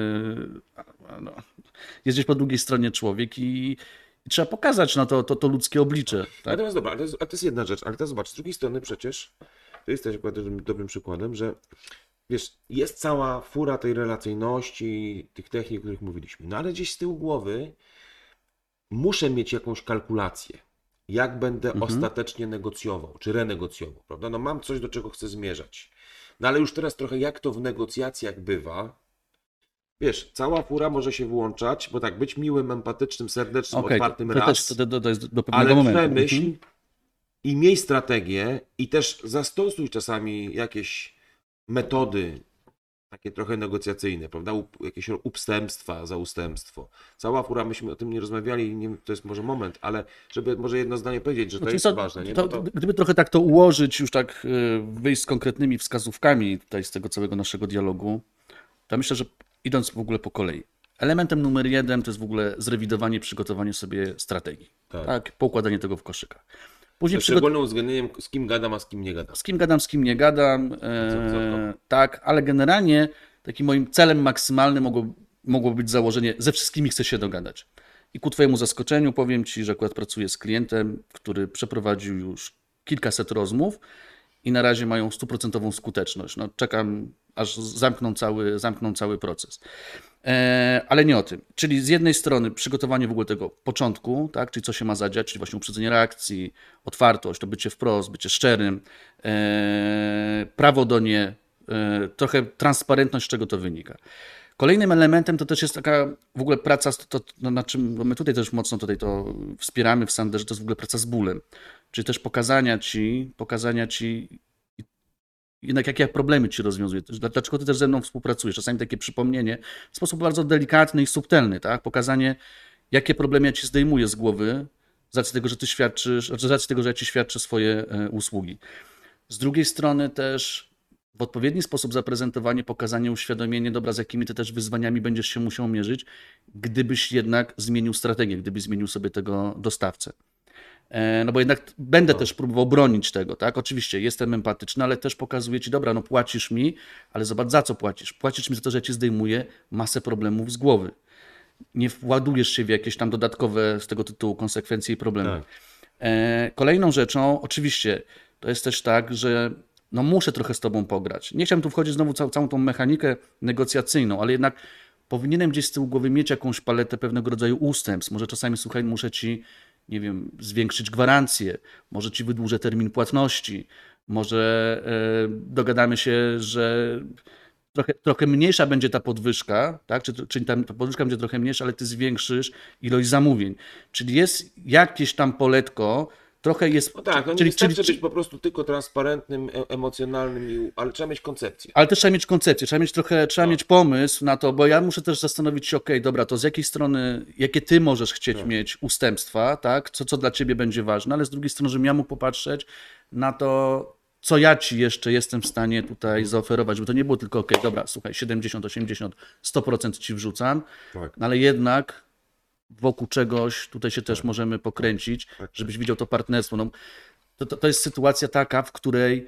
B: No, jest gdzieś po drugiej stronie człowiek i trzeba pokazać no, to ludzkie oblicze. Tak?
A: Natomiast dobra, ale to jest jedna rzecz, ale teraz zobacz, z drugiej strony przecież, to jest też akurat dobrym przykładem, że wiesz, jest cała fura tej relacyjności, tych technik, o których mówiliśmy, no ale gdzieś z tyłu głowy muszę mieć jakąś kalkulację, jak będę ostatecznie negocjował, czy renegocjował, prawda? No mam coś, do czego chcę zmierzać. No ale już teraz trochę jak to w negocjacjach bywa, wiesz, cała fura może się włączać, bo tak, być miłym, empatycznym, serdecznym, otwartym raz,
B: to jest do pewnego
A: ale
B: momentu.
A: przemyśl i miej strategię i też zastosuj czasami jakieś metody takie trochę negocjacyjne, prawda? Jakieś ustępstwa za ustępstwo. Cała fura, myśmy o tym nie rozmawiali, nie, to jest może moment, ale żeby może jedno zdanie powiedzieć, że to jest ważne. Nie?
B: Gdyby trochę tak to ułożyć, już tak wyjść z konkretnymi wskazówkami tutaj z tego całego naszego dialogu, to myślę, że idąc w ogóle po kolei. Elementem numer 1 to jest w ogóle zrewidowanie, przygotowanie sobie strategii. Tak? Poukładanie tego w koszykach.
A: Później szczególnym uwzględnieniem, z kim gadam, a z kim nie gadam.
B: Z kim nie gadam. Tak, ale generalnie takim moim celem maksymalnym mogło być założenie, ze wszystkimi chcę się dogadać. I ku Twojemu zaskoczeniu powiem Ci, że akurat pracuję z klientem, który przeprowadził już kilkaset rozmów i na razie mają 100% skuteczność. No, czekam, aż zamkną cały proces. Ale nie o tym. Czyli z jednej strony przygotowanie w ogóle tego początku, tak? Czyli co się ma zadziać, czyli właśnie uprzedzenie reakcji, otwartość, to bycie wprost, bycie szczerym, prawo do nie, trochę transparentność, z czego to wynika. Kolejnym elementem to też jest taka w ogóle praca, na czym my tutaj też mocno tutaj to wspieramy w Sanderze, to jest w ogóle praca z bólem. Czyli też pokazania ci jednak jakie problemy ci rozwiązuje, dlaczego ty też ze mną współpracujesz. Czasami takie przypomnienie w sposób bardzo delikatny i subtelny, tak? Pokazanie, jakie problemy ja ci zdejmuję z głowy, z racji tego, że ty świadczysz, z racji tego, że ja ci świadczę swoje usługi. Z drugiej strony też w odpowiedni sposób zaprezentowanie, pokazanie, uświadomienie, dobra, z jakimi ty też wyzwaniami będziesz się musiał mierzyć, gdybyś jednak zmienił strategię, gdybyś zmienił sobie tego dostawcę. No bo jednak będę też próbował bronić tego, tak? Oczywiście jestem empatyczny, ale też pokazuję ci, dobra, no płacisz mi, ale zobacz za co płacisz. Płacisz mi za to, że ja ci zdejmuję masę problemów z głowy. Nie władujesz się w jakieś tam dodatkowe z tego tytułu konsekwencje i problemy. Tak. Kolejną rzeczą, oczywiście, to jest też tak, że no muszę trochę z tobą pograć. Nie chciałem tu wchodzić znowu całą tą mechanikę negocjacyjną, ale jednak powinienem gdzieś z tyłu głowy mieć jakąś paletę pewnego rodzaju ustępstw. Może czasami, słuchaj, muszę ci, nie wiem, zwiększyć gwarancję, może ci wydłużę termin płatności, może dogadamy się, że trochę mniejsza będzie ta podwyżka, tak? Czyli ta podwyżka będzie trochę mniejsza, ale ty zwiększysz ilość zamówień. Czyli jest jakieś tam poletko, trochę jest...
A: No tak, no nie wystarczy być po prostu tylko transparentnym, emocjonalnym, ale trzeba mieć koncepcję.
B: Ale też trzeba mieć koncepcję, trzeba mieć pomysł na to, bo ja muszę też zastanowić się, okej, dobra, to z jakiej strony, jakie ty możesz chcieć mieć ustępstwa, tak? Co dla ciebie będzie ważne, ale z drugiej strony, żebym ja mógł popatrzeć na to, co ja ci jeszcze jestem w stanie tutaj zaoferować, bo to nie było tylko, okej, dobra, słuchaj, 70, 80, 100% ci wrzucam, no ale jednak wokół czegoś tutaj się też możemy pokręcić, żebyś widział to partnerstwo. No, to jest sytuacja taka, w której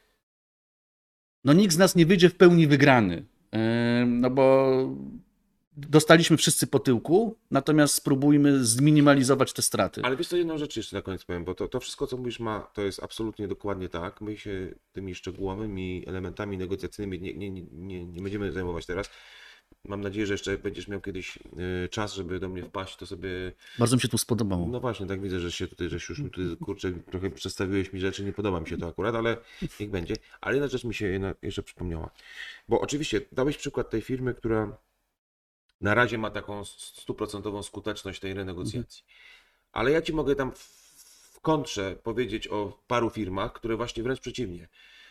B: no nikt z nas nie wyjdzie w pełni wygrany, no bo dostaliśmy wszyscy po tyłku, natomiast spróbujmy zminimalizować te straty.
A: Ale wiesz co, jedną rzecz jeszcze na koniec powiem, bo to wszystko, co mówisz, to jest absolutnie dokładnie tak. My się tymi szczegółowymi elementami negocjacyjnymi nie będziemy zajmować teraz. Mam nadzieję, że jeszcze będziesz miał kiedyś czas, żeby do mnie wpaść, to sobie...
B: Bardzo mi się tu spodobało.
A: No właśnie, tak widzę, że się tutaj, że już mi tutaj, kurczę, trochę przedstawiłeś mi rzeczy, nie podoba mi się to akurat, ale niech będzie. Ale jedna rzecz mi się jeszcze przypomniała. Bo oczywiście dałeś przykład tej firmy, która na razie ma taką 100% skuteczność tej renegocjacji. Ale ja ci mogę tam w kontrze powiedzieć o paru firmach, które właśnie wręcz przeciwnie.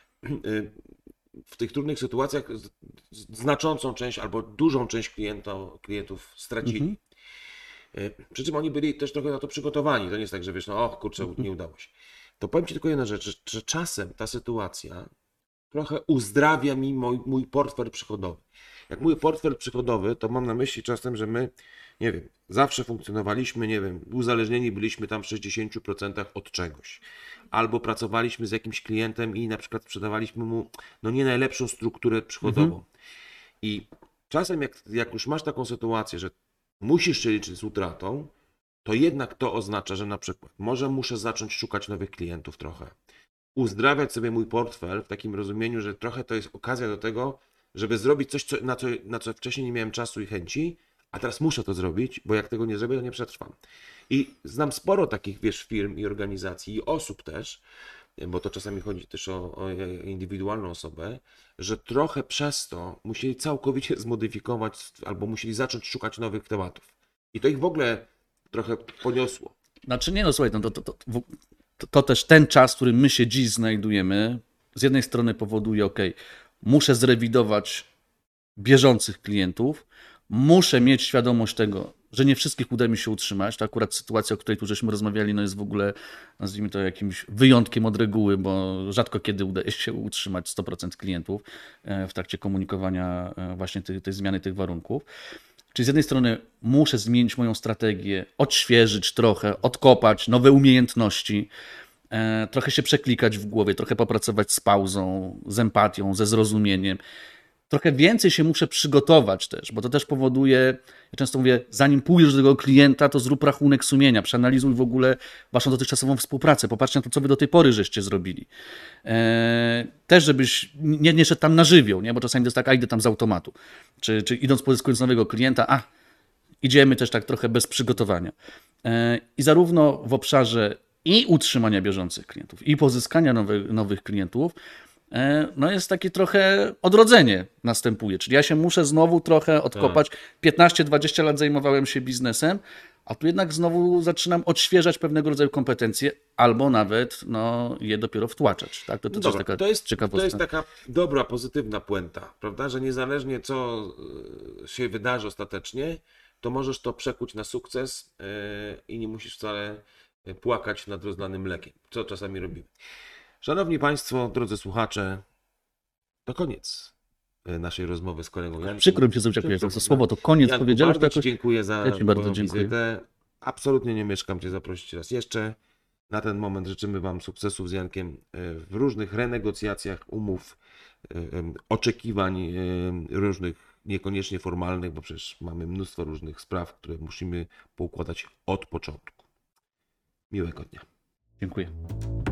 A: W tych trudnych sytuacjach znaczącą część albo dużą część klientów stracili. Przy czym oni byli też trochę na to przygotowani. To nie jest tak, że wiesz, no och, kurczę, nie udało się. To powiem ci tylko jedną rzecz, że czasem ta sytuacja trochę uzdrawia mi mój portfel przychodowy. Jak mówię portfel przychodowy, to mam na myśli czasem, że my, nie wiem, zawsze funkcjonowaliśmy, nie wiem, uzależnieni byliśmy tam w 60% od czegoś. Albo pracowaliśmy z jakimś klientem i na przykład sprzedawaliśmy mu no nie najlepszą strukturę przychodową. I czasem jak już masz taką sytuację, że musisz się liczyć z utratą, to jednak to oznacza, że na przykład może muszę zacząć szukać nowych klientów trochę. Uzdrawiać sobie mój portfel w takim rozumieniu, że trochę to jest okazja do tego, żeby zrobić coś, na co wcześniej nie miałem czasu i chęci, a teraz muszę to zrobić, bo jak tego nie zrobię, to nie przetrwam. I znam sporo takich, wiesz, firm i organizacji i osób też, bo to czasami chodzi też o indywidualną osobę, że trochę przez to musieli całkowicie zmodyfikować albo musieli zacząć szukać nowych tematów. I to ich w ogóle trochę poniosło.
B: Znaczy nie, no słuchaj, to też ten czas, w którym my się dziś znajdujemy, z jednej strony powoduje, muszę zrewidować bieżących klientów, muszę mieć świadomość tego, że nie wszystkich uda mi się utrzymać. To akurat sytuacja, o której tu żeśmy rozmawiali, no jest w ogóle, nazwijmy to jakimś wyjątkiem od reguły, bo rzadko kiedy udaje się utrzymać 100% klientów w trakcie komunikowania właśnie tej zmiany tych warunków. Czyli z jednej strony muszę zmienić moją strategię, odświeżyć trochę, odkopać nowe umiejętności, trochę się przeklikać w głowie, trochę popracować z pauzą, z empatią, ze zrozumieniem. Trochę więcej się muszę przygotować też, bo to też powoduje, ja często mówię, zanim pójdziesz do tego klienta, to zrób rachunek sumienia, przeanalizuj w ogóle waszą dotychczasową współpracę, popatrzcie na to, co wy do tej pory żeście zrobili. Też, żebyś nie szedł tam na żywioł, nie? Bo czasami to jest tak, idę tam z automatu, czy idąc pozyskując nowego klienta, idziemy też tak trochę bez przygotowania. I zarówno w obszarze i utrzymania bieżących klientów, i pozyskania nowych klientów, no jest takie trochę odrodzenie następuje. Czyli ja się muszę znowu trochę odkopać. 15-20 lat zajmowałem się biznesem, a tu jednak znowu zaczynam odświeżać pewnego rodzaju kompetencje, albo nawet je dopiero wtłaczać. Tak?
A: To jest taka dobra, pozytywna puenta, prawda? Że niezależnie co się wydarzy ostatecznie, to możesz to przekuć na sukces i nie musisz wcale płakać nad rozlanym mlekiem, co czasami robimy. Szanowni Państwo, drodzy słuchacze, to koniec naszej rozmowy z kolegą Jankiem.
B: Przykro mi się zrobić, to słowo to koniec
A: Janku,
B: powiedziałeś.
A: Bardzo Ci dziękuję za
B: bardzo dziękuję.
A: wizytę. Absolutnie nie mieszkam Cię zaprosić raz jeszcze. Na ten moment życzymy Wam sukcesów z Jankiem w różnych renegocjacjach umów, oczekiwań różnych, niekoniecznie formalnych, bo przecież mamy mnóstwo różnych spraw, które musimy poukładać od początku. Miłego dnia.
B: Dziękuję.